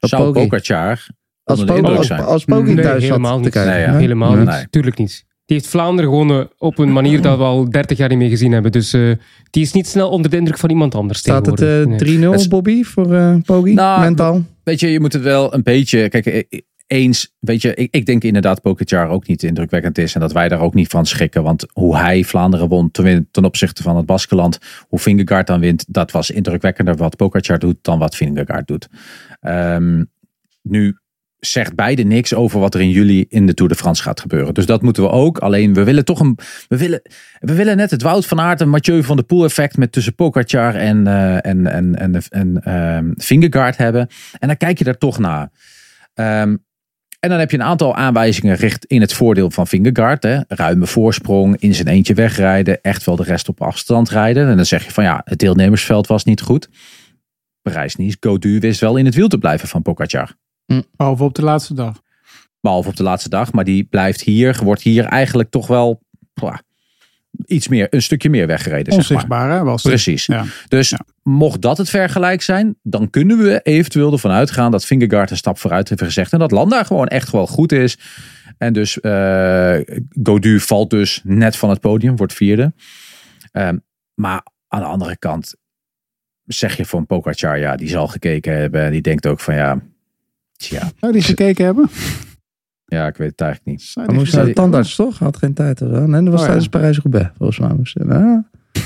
Zou Pogačar als Pogačar als Poggi thuis nee, helemaal niet. Nee, ja. Helemaal nee. niet. Tuurlijk niet. Die heeft Vlaanderen gewoon op een manier dat we al dertig jaar niet meer gezien hebben. Dus uh, die is niet snel onder de indruk van iemand anders. Staat het uh, nee. drie nul, is... Bobby, voor uh, Poggi? Nou, mentaal? Weet je, je moet het wel een beetje... Kijk, eens, weet je, ik, ik denk inderdaad Pogačar ook niet indrukwekkend is. En dat wij daar ook niet van schrikken. Want hoe hij Vlaanderen won ten, ten opzichte van het Baskeland. Hoe Vingegaard dan wint, dat was indrukwekkender wat Pogačar doet dan wat Vingegaard doet. Um, nu... zegt beide niks over wat er in juli in de Tour de France gaat gebeuren. Dus dat moeten we ook. Alleen we willen toch een... We willen, we willen net het Wout van Aert en Mathieu van der Poel effect met tussen Pogačar en, uh, en, en, en, en uh, Vingegaard hebben. En dan kijk je daar toch naar. Um, en dan heb je een aantal aanwijzingen richt in het voordeel van Vingegaard. Hè. Ruime voorsprong, in zijn eentje wegrijden. Echt wel de rest op afstand rijden. En dan zeg je van ja, het deelnemersveld was niet goed. Parijs-Nice, Gaudu wist wel in het wiel te blijven van Pogačar. Behalve op de laatste dag. Behalve op de laatste dag. Maar die blijft hier. Wordt hier eigenlijk toch wel plah, iets meer, een stukje meer weggereden. Onzichtbaar, zeg maar. Hè, was Precies. Ja. Dus ja. mocht dat het vergelijk zijn. Dan kunnen we eventueel ervan uitgaan dat Vingegaard een stap vooruit heeft gezegd. En dat Landa gewoon echt wel goed is. En dus uh, Gaudu valt dus net van het podium. Wordt vierde. Um, maar aan de andere kant. Zeg je van Pogačar. Ja, die zal gekeken hebben. En die denkt ook van ja... Ja. Zou die gekeken hebben? Ja, ik weet het eigenlijk niet. Hij moest naar de tandarts, toch? Hij had geen tijd. Of zo. Nee, dat was oh, tijdens ja. Parijs-Roubaix. Volgens mij moest hij. Ah.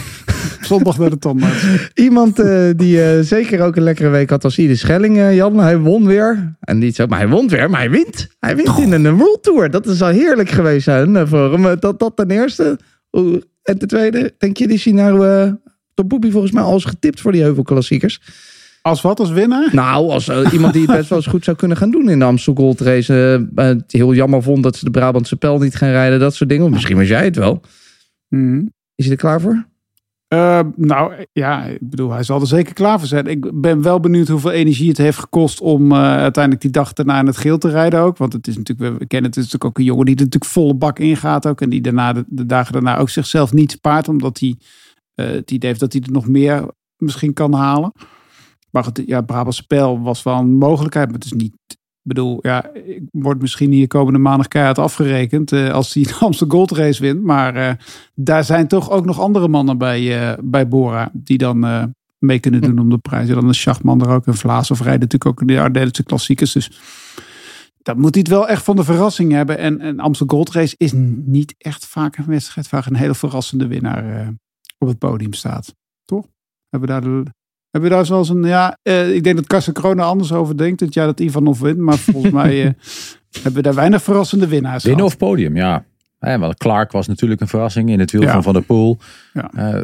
Zondag naar de tandarts. Iemand uh, die uh, zeker ook een lekkere week had als Ieder Schelling, uh, Jan. Hij won weer. En niet zo, maar hij won weer, maar hij wint. Hij wint oh. in een World Tour. Dat is al heerlijk geweest zijn uh, voor hem. Dat, dat ten eerste. Uh, en ten tweede, denk je, die zien nou uh, door Boepie volgens mij al eens getipt voor die heuvelklassiekers. Als wat, als winnaar? Nou, als uh, iemand die het best wel eens goed zou kunnen gaan doen in de Amstel Gold Race. Uh, uh, heel jammer vond dat ze de Brabantse Pijl niet gaan rijden. Dat soort dingen. Of misschien was jij het wel. Mm-hmm. Is hij er klaar voor? Uh, nou, ja, ik bedoel, hij zal er zeker klaar voor zijn. Ik ben wel benieuwd hoeveel energie het heeft gekost om uh, uiteindelijk die dag daarna in het geel te rijden ook. Want het is natuurlijk, we kennen het, het is natuurlijk ook een jongen die er natuurlijk volle bak ingaat ook. En die daarna, de, de dagen daarna ook zichzelf niet spaart. Omdat hij uh, het idee heeft dat hij er nog meer misschien kan halen. Maar goed, ja, Brabantse Pijl was wel een mogelijkheid. Maar het is niet... Ik bedoel, ja, ik word misschien hier komende maandag keihard afgerekend uh, als hij de Amstel Gold Race wint. Maar uh, daar zijn toch ook nog andere mannen bij, uh, bij Bora die dan uh, mee kunnen doen om de prijs. En dan is Schachman er ook, en Vlaas of rijden natuurlijk ook in de Ardennische klassiekers. Dus dat moet hij het wel echt van de verrassing hebben. En, en Amstel Gold Race is niet echt vaak een wedstrijd waar een hele verrassende winnaar uh, op het podium staat. Toch? Hebben we daar de... Hebben we daar zoals een, ja, uh, ik denk dat Karsten Kroon er anders over denkt. Dat ja, dat Ivanov wint. Maar volgens mij uh, hebben we daar weinig verrassende winnaars. Winnen of podium, ja. ja. Want Clark was natuurlijk een verrassing in het wiel ja. van Van der Poel. Ja. Uh,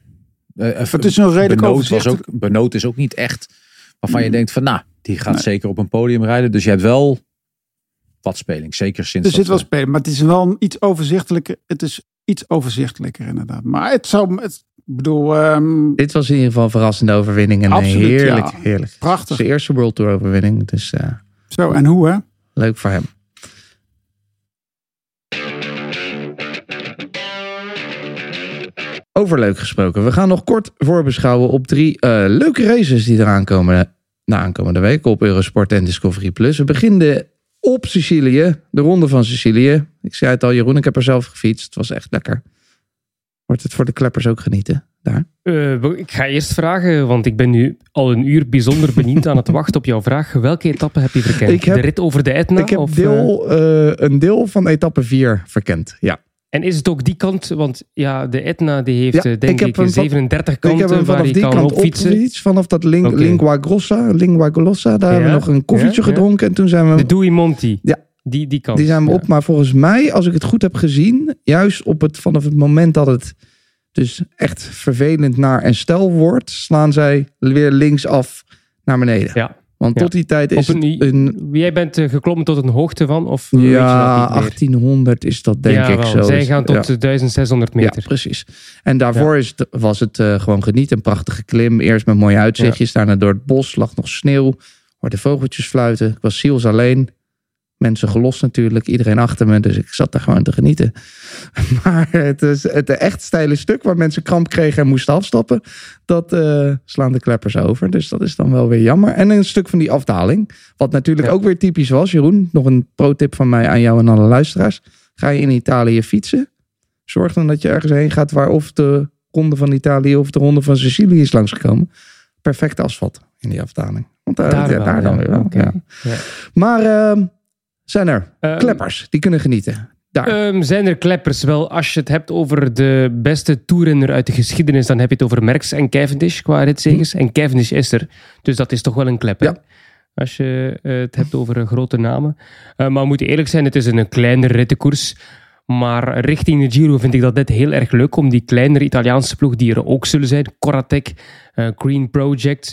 uh, het is een redelijk Benoot was ook Benoot is ook niet echt waarvan je denkt van, nou, die gaat nee. zeker op een podium rijden. Dus je hebt wel wat speling. Zeker sinds. Er zit wel speling, maar het is wel iets overzichtelijker. Het is iets overzichtelijker inderdaad. Maar het zou... Het, Ik bedoel, um... dit was in ieder geval een verrassende overwinning. En absoluut, heerlijk, ja. heerlijk. Prachtig. Zijn eerste World Tour overwinning. Dus, uh, Zo, en hoe hè? Leuk voor hem. Over leuk gesproken. We gaan nog kort voorbeschouwen op drie uh, leuke races die eraan komen de aankomende week op Eurosport en Discovery Plus. We beginnen op Sicilië, de Ronde van Sicilië. Ik zei het al, Jeroen, ik heb er zelf gefietst. Het was echt lekker. Wordt het voor de kleppers ook genieten daar? Uh, ik ga eerst vragen, want ik ben nu al een uur bijzonder benieuwd aan het wachten op jouw vraag. Welke etappe heb je verkend? Ik heb, de rit over de Etna? Ik heb of, deel, uh, een deel van etappe vier verkend, ja. En is het ook die kant? Want ja, de Etna die heeft ja, denk ik, ik zevenendertig van, kanten ik heb waar je die kan kant opfietsen. Opgefietst, vanaf dat ling, okay. Lingua Grossa, Lingua Golossa, daar ja, hebben we nog een koffietje ja, gedronken. Ja. En toen zijn we... De Dui Monti. Ja. Die, die kant. Die zijn we ja. op, maar volgens mij, als ik het goed heb gezien, juist op het, vanaf het moment dat het dus echt vervelend naar en stel wordt, slaan zij weer linksaf naar beneden. Ja. Want ja. tot die tijd is een, het een... Jij bent uh, geklommen tot een hoogte van? Of ja, achttienhonderd is dat denk ja, ik wel. zo. Zij gaan tot ja. duizend meter. Ja, precies. En daarvoor ja. is het, was het uh, gewoon genieten. Een prachtige klim. Eerst met mooie uitzichtjes. Ja. Daarna door het bos. Lag nog sneeuw. Hoorde vogeltjes fluiten. Ik was ziels alleen. Mensen gelost natuurlijk. Iedereen achter me. Dus ik zat daar gewoon te genieten. Maar het, is het echt steile stuk waar mensen kramp kregen en moesten afstappen, dat uh, slaan de kleppers over. Dus dat is dan wel weer jammer. En een stuk van die afdaling, wat natuurlijk ja. ook weer typisch was. Jeroen, nog een pro-tip van mij aan jou en alle luisteraars. Ga je in Italië fietsen, zorg dan dat je ergens heen gaat waar of de ronde van Italië of de ronde van Sicilië is langsgekomen. Perfect asfalt in die afdaling. Want uh, daar, ja, wel, daar dan ja. weer wel. Okay. Ja. Ja. Maar uh, zijn er um, kleppers die kunnen genieten? Um, zijn er kleppers? Wel, als je het hebt over de beste toerrenner uit de geschiedenis, dan heb je het over Merckx en Cavendish qua ritzegers. Hm. En Cavendish is er. Dus dat is toch wel een klepper. Ja. Als je uh, het hebt over uh, grote namen. Uh, maar we moeten eerlijk zijn, het is een kleinere rittenkoers. Maar richting de Giro vind ik dat net heel erg leuk om die kleinere Italiaanse ploeg die er ook zullen zijn. Corratec, uh, Green Project,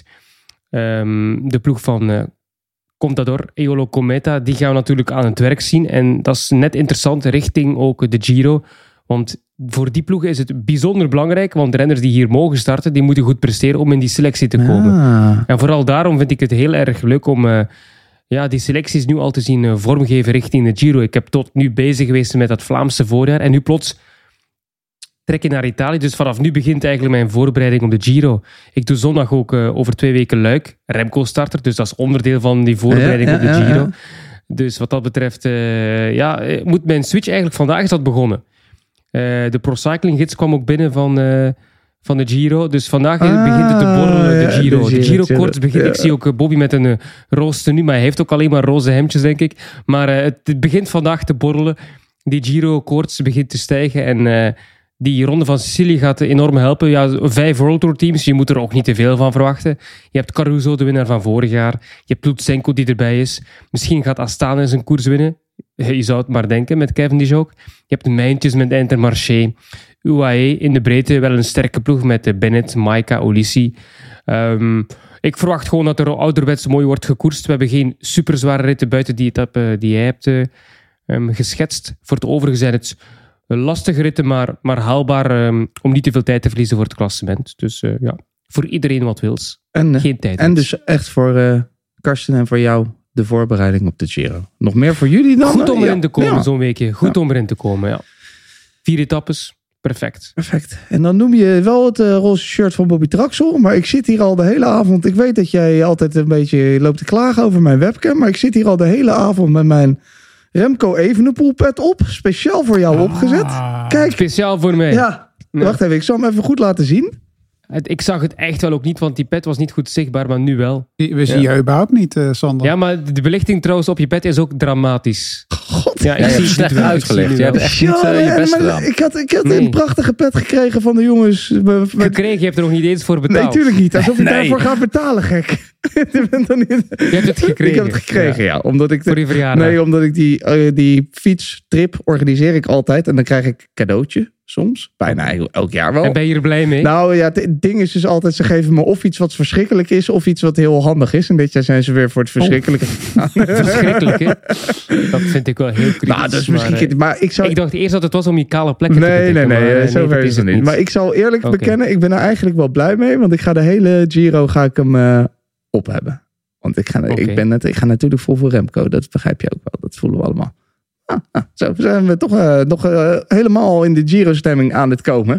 um, de ploeg van uh, Contador, Eolo Cometa, die gaan we natuurlijk aan het werk zien. En dat is net interessant richting ook de Giro. Want voor die ploegen is het bijzonder belangrijk, want de renners die hier mogen starten, die moeten goed presteren om in die selectie te komen. Ah. En vooral daarom vind ik het heel erg leuk om uh, ja, die selecties nu al te zien uh, vormgeven richting de Giro. Ik heb tot nu bezig geweest met dat Vlaamse voorjaar en nu plots trek je naar Italië. Dus vanaf nu begint eigenlijk mijn voorbereiding op de Giro. Ik doe zondag ook uh, over twee weken Luik, Remco-starter, dus dat is onderdeel van die voorbereiding ja, ja, op de Giro. Ja, ja. Dus wat dat betreft, uh, ja, moet mijn switch eigenlijk vandaag is dat begonnen. Uh, de Pro Cycling Gids kwam ook binnen van, uh, van de Giro. Dus vandaag ah, begint het te borrelen, de Giro. Ja, de Giro-koorts begint. Ja. Ik zie ook Bobby met een uh, roze tenue, maar hij heeft ook alleen maar roze hemdjes, denk ik. Maar uh, het begint vandaag te borrelen. Die Giro-koorts begint te stijgen en uh, die ronde van Sicilië gaat enorm helpen. Ja, vijf World Tour teams, je moet er ook niet te veel van verwachten. Je hebt Caruso, de winnaar van vorig jaar. Je hebt Lutsenko die erbij is. Misschien gaat Astana eens een koers winnen. Je zou het maar denken, met Cavendish ook. Je hebt de Mijntjes met Intermarché. U A E in de breedte, wel een sterke ploeg met Bennett, Maika, Ulissi. Um, ik verwacht gewoon dat er ouderwets mooi wordt gekoerst. We hebben geen superzware ritten buiten die etappe die jij hebt uh, um, geschetst. Voor het overige zijn het lastige ritten, maar, maar haalbaar um, om niet te veel tijd te verliezen voor het klassement. Dus uh, ja, voor iedereen wat wils. En, geen tijd. En dus echt voor uh, Karsten en voor jou de voorbereiding op de Giro. Nog meer voor jullie dan? Goed om erin te komen, ja. zo'n weekje. Goed ja. om erin te komen, ja. Vier etappes, perfect. Perfect. En dan noem je wel het uh, roze shirt van Bobby Traxel, maar ik zit hier al de hele avond. Ik weet dat jij altijd een beetje loopt te klagen over mijn webcam, maar ik zit hier al de hele avond met mijn Remco Evenepoel pet op. Speciaal voor jou ah. opgezet. Kijk. Speciaal voor mij. Ja. ja. Wacht even, ik zal hem even goed laten zien. Ik zag het echt wel ook niet, want die pet was niet goed zichtbaar, maar nu wel. We zien ja. je überhaupt niet, uh, Sander. Ja, maar de belichting trouwens op je pet is ook dramatisch. God, ja, ik ja, zie het slecht uitgelegd. Je hebt echt niet uh, je best gedaan. Ik had, ik had nee. een prachtige pet gekregen van de jongens. Met... Gekregen? Je hebt er nog niet eens voor betaald. Nee, tuurlijk niet. Alsof je nee. daarvoor gaat betalen, gek. Je, bent dan niet... je hebt het gekregen? Ik heb het gekregen, ja. ja omdat ik de... Voor je verjaardag? Nee, omdat ik die, uh, die fietstrip organiseer ik altijd. En dan krijg ik cadeautje. Soms, bijna elk jaar wel. En ben je er blij mee? Nou ja, het ding is dus altijd, ze geven me of iets wat verschrikkelijk is, of iets wat heel handig is. En dit jaar zijn ze weer voor het verschrikkelijke. Oh. Verschrikkelijke? Dat vind ik wel heel kritisch. Nou, dat is misschien maar, uh, maar ik, zou... ik dacht eerst dat het was om je kale plekken nee, te bedekken. Nee, nee, nee, nee, zover is het niet. niet. Maar ik zal eerlijk okay. bekennen, ik ben er eigenlijk wel blij mee, want ik ga de hele Giro ga ik hem uh, op hebben. Want ik ga, okay. ik, ben het, ik ga natuurlijk vol voor Remco, dat begrijp je ook wel. Dat voelen we allemaal. Ah, ah, zo zijn we toch uh, nog uh, helemaal in de Giro-stemming aan het komen.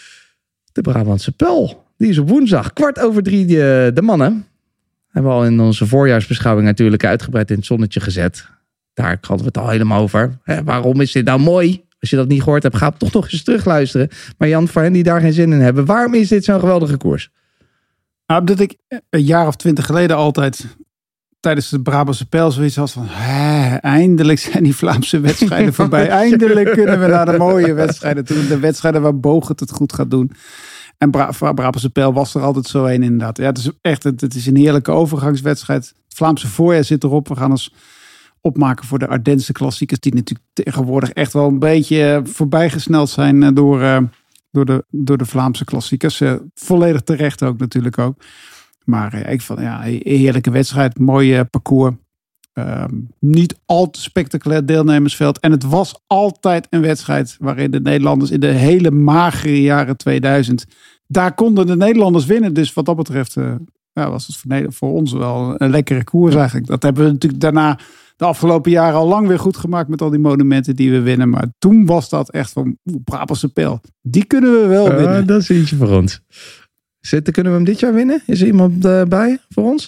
De Brabantse Pijl. Die is op woensdag, kwart over drie, de, de mannen. Hebben we al in onze voorjaarsbeschouwing natuurlijk uitgebreid in het zonnetje gezet. Daar hadden we het al helemaal over. Hè, waarom is dit nou mooi? Als je dat niet gehoord hebt, ga het toch nog eens terugluisteren. Maar Jan, voor hen die daar geen zin in hebben, waarom is dit zo'n geweldige koers? Nou, omdat ik een jaar of twintig geleden altijd tijdens de Brabantse Pijl zoiets had van, hè, eindelijk zijn die Vlaamse wedstrijden voorbij. Eindelijk kunnen we naar de mooie wedstrijden toe. De wedstrijden waar Bogert het goed gaat doen. En Bra- Brabantse Pijl was er altijd zo een inderdaad. Ja, het is echt, het, het is een heerlijke overgangswedstrijd. Het Vlaamse voorjaar zit erop. We gaan ons opmaken voor de Ardense klassiekers, die natuurlijk tegenwoordig echt wel een beetje voorbijgesneld zijn door, uh, door, de, door de Vlaamse klassiekers. Uh, volledig terecht ook natuurlijk ook. Maar uh, ik vond ja, een heerlijke wedstrijd, mooi uh, parcours. Uh, niet al te spectaculair deelnemersveld. En het was altijd een wedstrijd waarin de Nederlanders in de hele magere jaren tweeduizend, daar konden de Nederlanders winnen. Dus wat dat betreft uh, ja, was het voor, voor ons wel een lekkere koers eigenlijk. Dat hebben we natuurlijk daarna, de afgelopen jaren al lang weer goed gemaakt met al die monumenten die we winnen. Maar toen was dat echt van Brabantse Pijl. Die kunnen we wel uh, winnen. Dat is eentje voor ons. Zitten, kunnen we hem dit jaar winnen? Is er iemand uh, bij voor ons?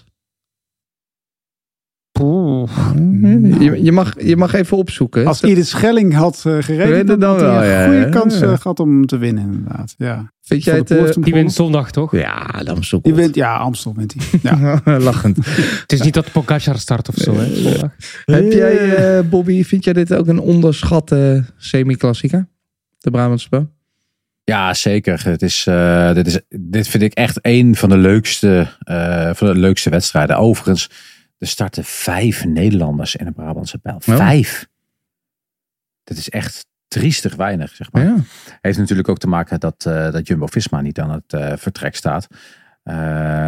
Je, je, mag, je mag even opzoeken. Als Edith Schelling had uh, gereden, dan, dan had hij een ja, goede ja, kans ja. gehad om te winnen inderdaad. Ja. Vind jij het, uh, die wint zondag toch? Ja, dan is die wint, ja, Amstel wint hij. Ja. Lachend. Het is niet dat Pogacar start of zo. Hè, zondag. Heb jij, uh, Bobby, vind jij dit ook een onderschatte semi-klassieker? De Brabantse Pijl? Ja, zeker. Het is, uh, dit, is, dit vind ik echt een van de leukste, uh, van de leukste wedstrijden. Overigens, er starten vijf Nederlanders in de Brabantse Pijl. Oh. Vijf. Dat is echt triestig weinig, zeg maar. Ja. Heeft natuurlijk ook te maken dat, uh, dat Jumbo-Visma niet aan het uh, vertrek staat. Uh,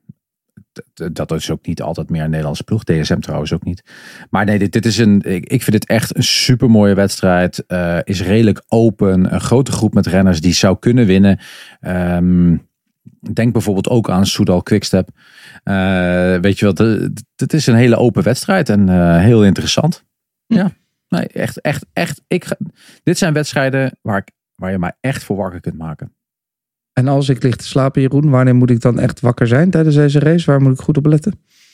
d- dat is ook niet altijd meer een Nederlandse ploeg. D S M trouwens ook niet. Maar nee, dit, dit is een, ik, ik vind dit echt een super mooie wedstrijd. Uh, is redelijk open. Een grote groep met renners die zou kunnen winnen. Um, denk bijvoorbeeld ook aan Soudal Quickstep. Uh, weet je wat, het is een hele open wedstrijd en uh, heel interessant. Ja, nee, echt, echt, echt. Ik ga, dit zijn wedstrijden waar, ik, waar je mij echt voor wakker kunt maken. En als ik lig te slapen, Jeroen, wanneer moet ik dan echt wakker zijn tijdens deze race? Waar moet ik goed op letten?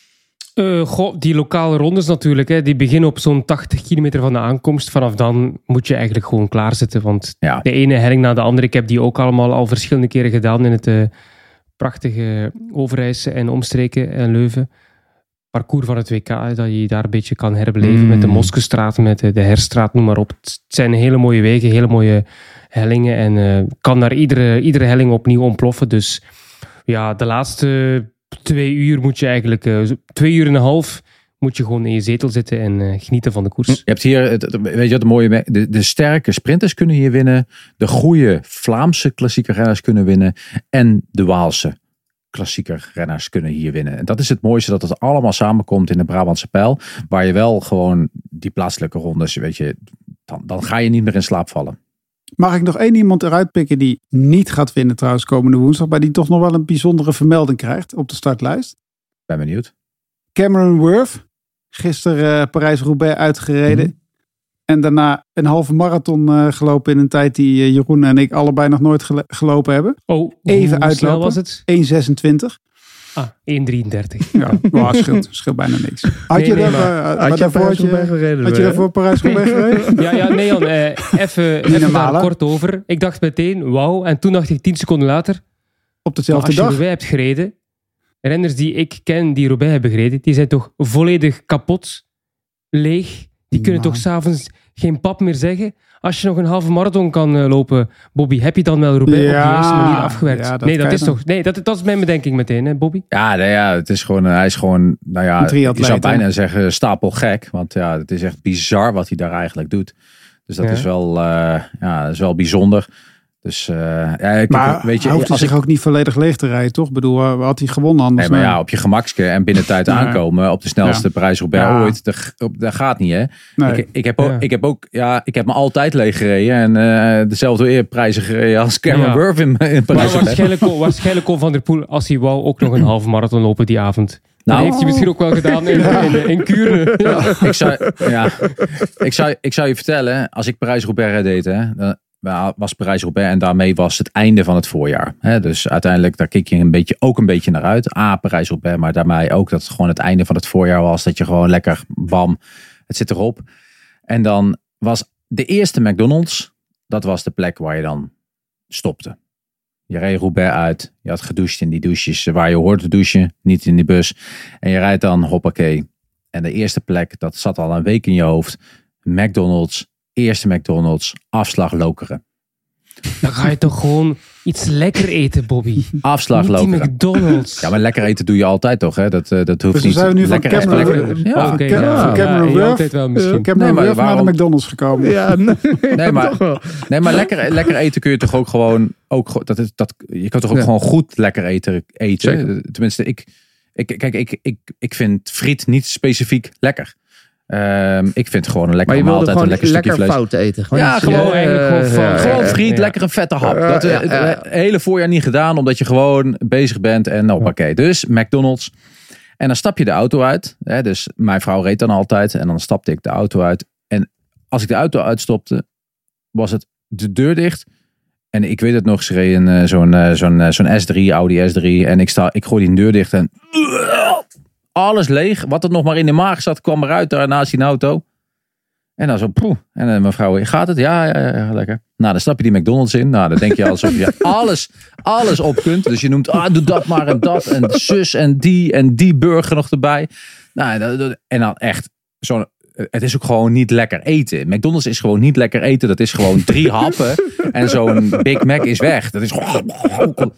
Uh, goh, die lokale rondes natuurlijk, hè, die beginnen op zo'n tachtig kilometer van de aankomst. Vanaf dan moet je eigenlijk gewoon klaarzitten. Want ja. de ene helling na de andere, ik heb die ook allemaal al verschillende keren gedaan in het uh, prachtige Overijse en omstreken en Leuven. Parcours van het W K, dat je daar een beetje kan herbeleven mm. met de Moskestraat, met de, de Herstraat, noem maar op. Het zijn hele mooie wegen, hele mooie hellingen en uh, kan naar iedere, iedere helling opnieuw ontploffen. Dus ja, de laatste twee uur moet je eigenlijk, uh, twee uur en een half moet je gewoon in je zetel zitten en uh, genieten van de koers. Je hebt hier, weet je wat de mooie, de, de sterke sprinters kunnen hier winnen, de goede Vlaamse klassieke renners kunnen winnen en de Waalse klassieker renners kunnen hier winnen. En dat is het mooiste, dat het allemaal samenkomt in de Brabantse Pijl, waar je wel gewoon die plaatselijke rondes, weet je, dan, dan ga je niet meer in slaap vallen. Mag ik nog één iemand eruit pikken die niet gaat winnen trouwens komende woensdag, maar die toch nog wel een bijzondere vermelding krijgt op de startlijst? Ben benieuwd. Cameron Worth, gisteren uh, Parijs-Roubaix uitgereden. Mm-hmm. En daarna een halve marathon uh, gelopen in een tijd die uh, Jeroen en ik allebei nog nooit gel- gelopen hebben. Oh, even hoe snel uitlopen. Was het? één zesentwintig. Ah, één drieëndertig. Ja, wow, scheelt, scheelt bijna niks. Had nee, je, nee, daar, maar, uh, had je Parijs-Roubaix gereden? Had je daarvoor Parijs-Roubaix gereden? Ja, ja, nee Jan, uh, even, even daar kort over. Ik dacht meteen, wauw. En toen dacht ik tien seconden later, op dezelfde als je dag? Roubaix hebt gereden, renners die ik ken die Roubaix hebben gereden, die zijn toch volledig kapot, leeg. Die kunnen man. toch s'avonds geen pap meer zeggen. Als je nog een halve marathon kan uh, lopen, Bobby, heb je dan wel Roubaix ja, op de juiste manier afgewerkt? Ja, dat nee, dat is toch, nee dat, dat is mijn bedenking meteen, hè, Bobby? Ja, nou ja, het is gewoon, hij is gewoon, nou ja, je zou bijna zeggen stapelgek. Want ja, het is echt bizar wat hij daar eigenlijk doet. Dus dat ja. is wel, uh, ja, dat is wel bijzonder. Dus, uh, ja, ik maar heb, weet je, hij hoeft zich ik... ook niet volledig leeg te rijden, toch? Ik bedoel, had hij gewonnen anders? Nee, maar ja, op je gemakske en binnen tijd ja. aankomen op de snelste ja. Parijs-Roubaix ja. ooit. Dat, dat gaat niet, hè? Nee. Ik, ik, heb ook, ja. ik heb ook, ja, ik heb me altijd leeg gereden en uh, dezelfde prijzen gereden als Cameron ja. Worth in, in Parijs. Maar waarschijnlijk, waarschijnlijk kon Van der Poel, als hij wou, ook nog een halve marathon lopen die avond. Nou, dat heeft hij misschien ook wel gedaan in, ja. in, in, in Kuren. Ja. ik, zou, ja, ik, zou, ik zou je vertellen, als ik Parijs-Roubaix deed, hè, dan was Parijs-Roubaix en daarmee was het einde van het voorjaar. He, dus uiteindelijk, daar keek je een beetje, ook een beetje naar uit. A, Parijs-Roubaix, maar daarmee ook dat het gewoon het einde van het voorjaar was. Dat je gewoon lekker, bam, het zit erop. En dan was de eerste McDonald's, dat was de plek waar je dan stopte. Je reed Roubaix uit, je had gedoucht in die douches waar je hoort te douchen, niet in die bus. En je rijdt dan, hoppakee. En de eerste plek, dat zat al een week in je hoofd. McDonald's. Eerste McDonald's, afslag Lokeren. Dan ga je toch gewoon iets lekker eten, Bobby. Afslag Lokeren. Niet McDonald's. Ja, maar lekker eten doe je altijd toch, hè? Dat, uh, dat hoeft dus niet. Zijn we nu lekker van Cameron lekker, ja, van okay, Cameron ja, Cameron ja, altijd wel misschien. Cameron nee, maar waarom... naar de McDonald's gekomen. Ja, nee, nee, maar, nee, maar lekker, lekker eten kun je toch ook gewoon... Ook, dat is, dat, je kan toch ook ja. gewoon goed lekker eten. eten. Zeker. Tenminste, ik, ik, kijk, ik, ik, ik vind friet niet specifiek lekker. Um, ik vind gewoon een lekkere maaltijd, een lekker stukje vlees. Fout eten. Gewoon ja, gewoon uh, eigenlijk gewoon, uh, uh, gewoon friet, ja. lekker een vette hap. Uh, dat uh, uh, uh, het hele voorjaar niet gedaan, omdat je gewoon bezig bent en hoppakee. Dus McDonald's. En dan stap je de auto uit. Hè, dus mijn vrouw reed dan altijd. En dan stapte ik de auto uit. En als ik de auto uitstopte, was het de deur dicht. En ik weet het nog, ze reed een, zo'n, zo'n, zo'n S drie, Audi S drie. En ik, sta, ik gooi die deur dicht en alles leeg. Wat er nog maar in de maag zat, kwam eruit daar naast die auto. En dan zo, poeh. En dan mijn vrouw, gaat het? Ja, ja, ja, lekker. Nou, dan stap je die McDonald's in. Nou, dan denk je alsof je alles, alles op kunt. Dus je noemt, ah, doe dat maar en dat. En zus en die en die burger nog erbij. Nou, en dan echt zo'n... Het is ook gewoon niet lekker eten. McDonald's is gewoon niet lekker eten. Dat is gewoon drie happen. En zo'n Big Mac is weg. Dat is gewoon...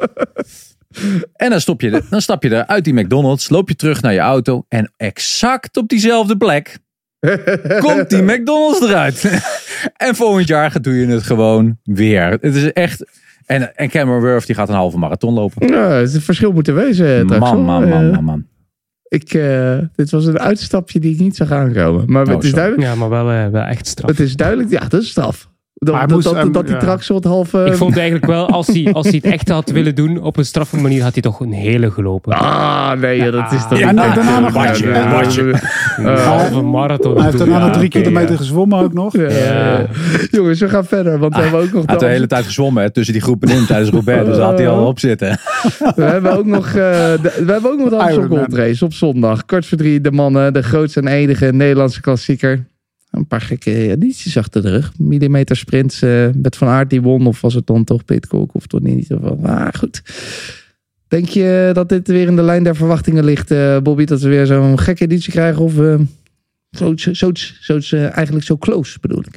En dan, stop je, dan stap je er uit die McDonald's. Loop je terug naar je auto. En exact op diezelfde plek komt die McDonald's eruit. En volgend jaar doe je het gewoon weer. Het is echt... En, en Cameron Worth die gaat een halve marathon lopen. Ja, het is een verschil moeten wezen. Man, man, man, man, man, man. Ik, uh, dit was een uitstapje die ik niet zag aankomen. Maar oh, het is zo. duidelijk. Ja, maar wel, uh, wel echt straf. Het is duidelijk, ja, dat is straf. Dat, dat, moest, dat, dat, dat die ja. Traxel het half... Uh... Ik vond eigenlijk wel, als hij, als hij het echt had willen doen, op een straffige manier, had hij toch een hele gelopen. Ah, nee, ja, dat is toch... Ja, nou, daarna nog watje, ja, watje. Een uh, halve marathon. Hij heeft daarna nog drie kilometer ja. gezwommen ook nog. Ja. Ja. Jongens, we gaan verder, want we ah, hebben ook nog... Hij had de hele tijd gezwommen, hè, tussen die groepen in tijdens Roubaix, dus had hij al op zitten. We hebben ook nog, uh, de, we hebben ook nog de Amstel Gold Race op zondag. Kwart voor drie, de mannen, de grootste en enige Nederlandse klassieker. Een paar gekke edities achter de rug. Millimeter sprints uh, met Van Aert die won. Of was het dan toch Pidcock of toch niet? Of, ah, goed. Denk je dat dit weer in de lijn der verwachtingen ligt, uh, Bobby? Dat we weer zo'n gekke editie krijgen? Of uh, zoiets zo, zo, zo, uh, eigenlijk zo close bedoel ik?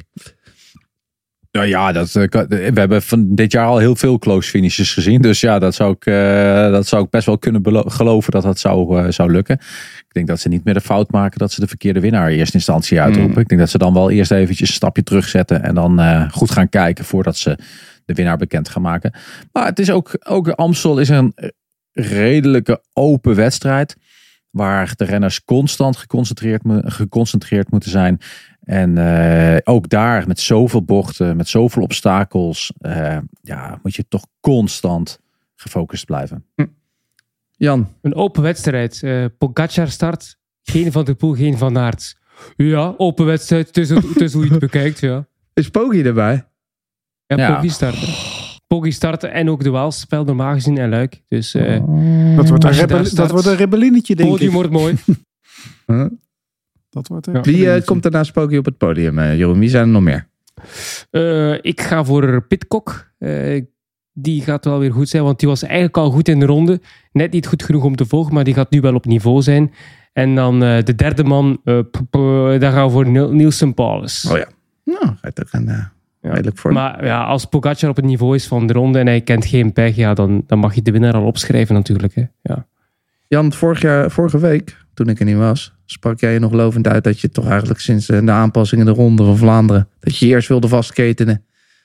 Nou ja, dat, uh, we hebben van dit jaar al heel veel close finishes gezien. Dus ja, dat zou ik, uh, dat zou ik best wel kunnen belo- geloven dat dat zou, uh, zou lukken. Ik denk dat ze niet meer de fout maken dat ze de verkeerde winnaar in eerste instantie uitroepen. Mm. Ik denk dat ze dan wel eerst eventjes een stapje terugzetten en dan uh, goed gaan kijken voordat ze de winnaar bekend gaan maken. Maar het is ook, ook Amstel is een redelijke open wedstrijd waar de renners constant geconcentreerd, geconcentreerd moeten zijn. En uh, ook daar met zoveel bochten, met zoveel obstakels, uh, ja, moet je toch constant gefocust blijven. Hm. Jan. Een open wedstrijd. Uh, Pogacar start. Geen Van der Poel, geen Van Aert. Ja, open wedstrijd. Het is, het is hoe je het bekijkt, ja. Is Poggi erbij? Ja, ja. Poggi starten. Poggi starten en ook de Waalspel normaal gezien en Luik. Dus, uh, oh. dat, wordt een rebel, start, dat wordt een rebellinetje, denk podium ik. Podium wordt mooi. huh? Dat wordt ja. Wie uh, komt er naast Poggi op het podium, uh, Jeroen? Wie zijn er nog meer? Uh, ik ga voor Pidcock. Uh, die gaat wel weer goed zijn, want die was eigenlijk al goed in de ronde. Net niet goed genoeg om te volgen, maar die gaat nu wel op niveau zijn. En dan uh, de derde man, uh, p- p- daar gaan we voor Nielsen Paulus. Oh ja. Nou, ga je toch een uh, ja. redelijk voor. Maar ja, als Pogacar op het niveau is van de ronde en hij kent geen pech, ja, dan, dan mag je de winnaar al opschrijven natuurlijk. Hè. Ja. Jan, vorig jaar, vorige week, toen ik er niet was, sprak jij je nog lovend uit dat je toch eigenlijk sinds de aanpassing in de ronde van Vlaanderen, dat je eerst wilde vastketenen.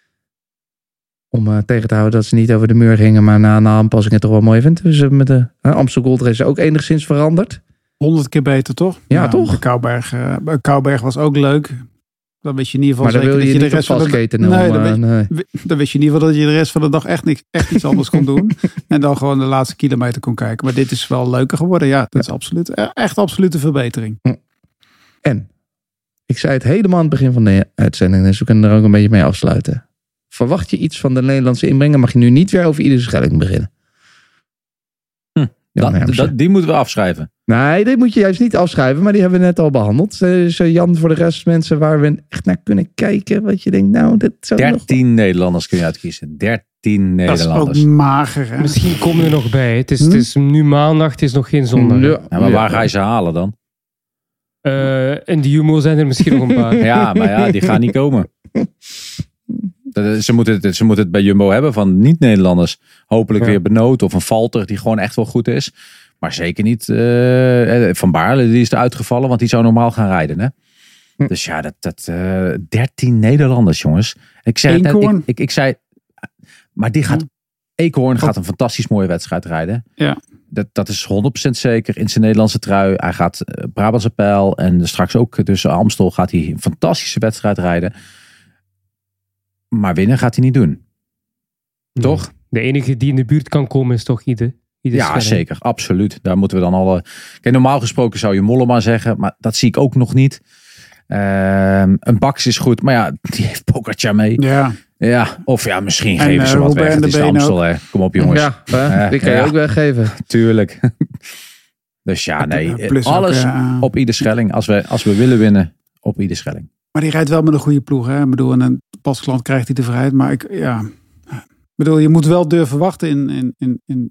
Om uh, tegen te houden dat ze niet over de muur gingen, maar na een aanpassing het toch wel mooi vindt. Dus uh, met de uh, Amstel Gold Race ook enigszins veranderd. Honderd keer beter, toch? Ja, ja toch? De Kouberg, uh, Kouberg was ook leuk. Dan wist je in ieder geval maar dan zeker wil je, dat je niet de rest van de nee, nee, dan, dan, nee. weet, dan wist je in ieder geval dat je de rest van de dag echt, niks, echt iets anders kon doen. En dan gewoon de laatste kilometer kon kijken. Maar dit is wel leuker geworden. Ja, dat ja. is absoluut, echt absolute verbetering. En, ik zei het helemaal aan het begin van de uitzending, dus we kunnen er ook een beetje mee afsluiten. Verwacht je iets van de Nederlandse inbrenger, mag je nu niet weer over iedere Schelling beginnen. Hm, dat, dat, die moeten we afschrijven. Nee, die moet je juist niet afschrijven, maar die hebben we net al behandeld. Dus Jan, voor de rest mensen waar we echt naar kunnen kijken, wat je denkt, nou, dit zou dertien nog... Nederlanders kun je uitkiezen. dertien Nederlanders. Dat is ook mager, hè? Misschien komen er nog bij. Het is, hm? het is nu maandag, het is nog geen zondag. Ja, ja, maar waar ga je ze halen dan? Uh, in de Jumo zijn er misschien nog een paar. Ja, maar ja, die gaan niet komen. Ze moeten, het, ze moeten het bij Jumbo hebben van niet-Nederlanders. Hopelijk ja. weer Benoot of een Valter die gewoon echt wel goed is. Maar zeker niet uh, Van Baarle, die is eruit gevallen, want die zou normaal gaan rijden. Hè? Hm. Dus ja, dat, dat uh, dertien Nederlanders, jongens. Ik zei, net, ik, ik, ik zei, maar die gaat, Eekhoorn gaat een fantastisch mooie wedstrijd rijden. Ja. Dat, dat is honderd procent zeker in zijn Nederlandse trui. Hij gaat uh, Brabantse Pijl en straks ook tussen Amstel gaat hij een fantastische wedstrijd rijden. Maar winnen gaat hij niet doen. Nee. Toch? De enige die in de buurt kan komen is toch Ide. Ja, schelling. Zeker. Absoluut. Daar moeten we dan alle... Kijk, normaal gesproken zou je Mollema zeggen, maar dat zie ik ook nog niet. Uh, een Bax is goed, maar ja, die heeft Pogacar mee. Ja. Ja, of ja, misschien en, geven ze uh, wat weg. Het is de Amstel, hè. Kom op, jongens. Ja, uh, die kan je ja. ook weggeven. Tuurlijk. Dus ja, nee. Plus alles ook, uh, op ieder schelling. Als we, als we willen winnen, op ieder schelling. Maar die rijdt wel met een goede ploeg. Hè? Ik bedoel, en een Baskeland krijgt hij de vrijheid. Maar ik, ja... Ik bedoel, je moet wel durven wachten in, in, in, in,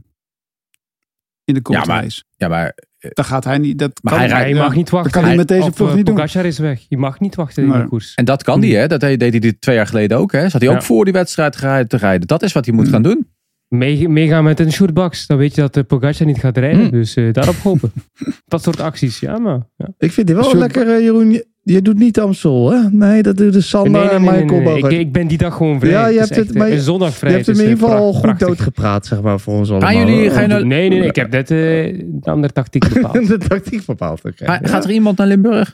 in de koolrace. Ja, maar... Ja, maar dat gaat hij niet. Dat maar kan hij, hij mag niet wachten. Dat kan hij met deze of, ploeg niet doen. Pogacar is weg. Je mag niet wachten in nee. de koers. En dat kan hij, hè? Dat deed hij dit twee jaar geleden ook, hè? Zat hij ook ja. voor die wedstrijd te rijden. Dat is wat hij moet mm. gaan doen. Mee, meegaan met een shortbox. Dan weet je dat de Pogacar niet gaat rijden. Mm. Dus uh, daarop hopen. Dat soort acties, ja, maar... Ja. Ik vind die wel Short... lekker, uh, Jeroen. Je, je doet niet Amstel, hè? Nee, dat doet de Sander nee, nee, nee, en Michael nee, nee, nee. Ik, ik ben die dag gewoon vrij. Ja, je hebt het, het, maar een zondag vrij. Je hebt hem in ieder geval goed doodgepraat, zeg maar, voor ons allemaal. Gaan jullie... Ga je nou... Nee, nee, nee. Ik heb net uh, de andere tactiek bepaald. de tactiek bepaald, oké. Okay. Ga, gaat er iemand naar Limburg?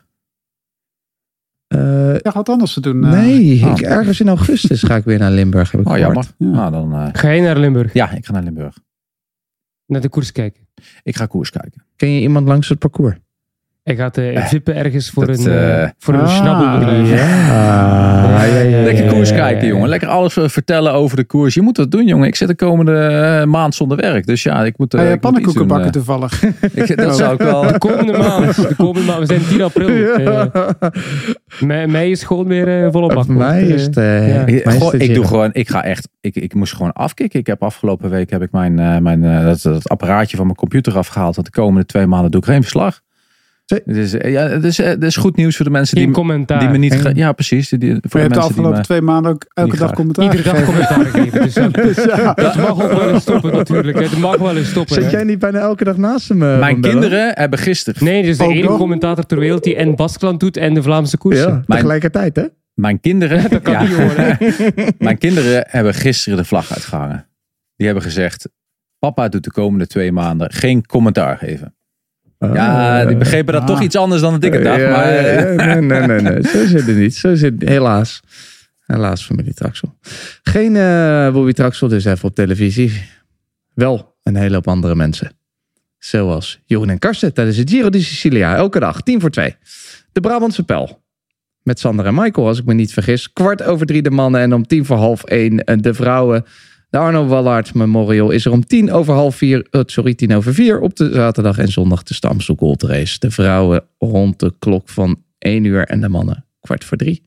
Uh, ja, wat anders te doen. Uh, nee, oh. ik, ergens in augustus ga ik weer naar Limburg. Heb ik oh, jammer. Ja. Nou, dan, uh... Ga je naar Limburg? Ja, ik ga naar Limburg. Naar de koers kijken? Ik ga koers kijken. Ken je iemand langs het parcours? Hij gaat uh, eh, vippen ergens voor dat, een, uh, uh, voor een ah, schnabbelbedrijf. Ja. Ja, ja, ja, Lekker ja, koers ja, ja, kijken, ja. jongen. Lekker alles vertellen over de koers. Je moet dat doen, jongen. Ik zit de komende uh, maand zonder werk. Dus ja, ik moet uh, uh, ja, pannenkoeken bakken uh, toevallig. ik, dat zou ik wel... De komende maand. De komende maand. We zijn tien april. Ja. Uh, mei, mei is gewoon weer uh, volle bak. Mei is het... Uh, ja. ik, goh, ik doe gewoon... Ik ga echt... Ik, ik moest gewoon afkicken. Ik heb afgelopen week heb ik mijn, uh, mijn uh, dat, dat apparaatje van mijn computer afgehaald. Dat de komende twee maanden doe ik geen verslag. Dus, ja, het is, het is goed nieuws voor de mensen die, die me niet... Ge- ja, precies. Die, die, voor je de hebt de afgelopen me, twee maanden ook elke dag commentaar Iedere dag commentaar gegeven. Dus dat, dus ja. dat mag ook wel eens stoppen natuurlijk. Het mag wel eens stoppen. Zit hè? jij niet bijna elke dag naast hem? Uh, Mijn kinderen hebben gisteren... Nee, dus de oh, enige commentator ter wereld die en Baskeland doet en de Vlaamse koersen. Ja, tegelijkertijd, hè? Mijn kinderen... dat kan ja, niet horen. Mijn kinderen hebben gisteren de vlag uitgehangen. Die hebben gezegd... Papa doet de komende twee maanden geen commentaar geven. Oh, ja, die begrepen dat ah. toch iets anders dan dat ik het dacht. Ja, maar, ja, nee, nee, nee, nee. Zo zit het niet. Zo zit het, helaas. Helaas, familie Traxel. Geen uh, Bobby Traxel dus even op televisie. Wel een hele hoop andere mensen. Zoals Jeroen en Karsten tijdens het Giro di Sicilia. Elke dag, tien voor twee. De Brabantse Pijl. Met Sander en Michael, als ik me niet vergis. Kwart over drie de mannen en om tien voor half één de vrouwen. De Arno Wallaert Memorial is er om tien over half vier, uh, sorry, tien over vier op de zaterdag en zondag de Amstel Gold Race. De vrouwen rond de klok van één uur en de mannen kwart voor drie.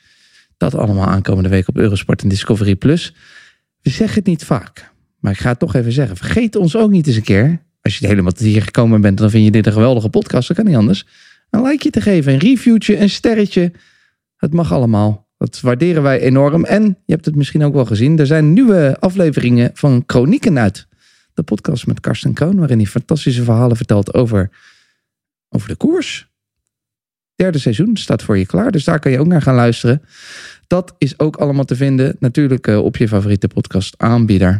Dat allemaal aankomende week op Eurosport en Discovery Plus. We zeggen het niet vaak, maar ik ga het toch even zeggen. Vergeet ons ook niet eens een keer. Als je helemaal tot hier gekomen bent, dan vind je dit een geweldige podcast. Dat kan niet anders. Een likeje te geven, een reviewtje, een sterretje. Het mag allemaal. Dat waarderen wij enorm. En je hebt het misschien ook wel gezien. Er zijn nieuwe afleveringen van Chronieken uit. De podcast met Karsten Kroon. Waarin hij fantastische verhalen vertelt over, over de koers. Derde seizoen staat voor je klaar. Dus daar kan je ook naar gaan luisteren. Dat is ook allemaal te vinden. Natuurlijk op je favoriete podcast aanbieder.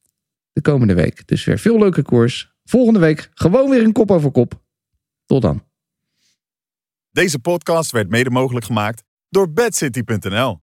De komende week. Dus weer veel leuke koers. Volgende week gewoon weer een kop over kop. Tot dan. Deze podcast werd mede mogelijk gemaakt door bedcity punt n l.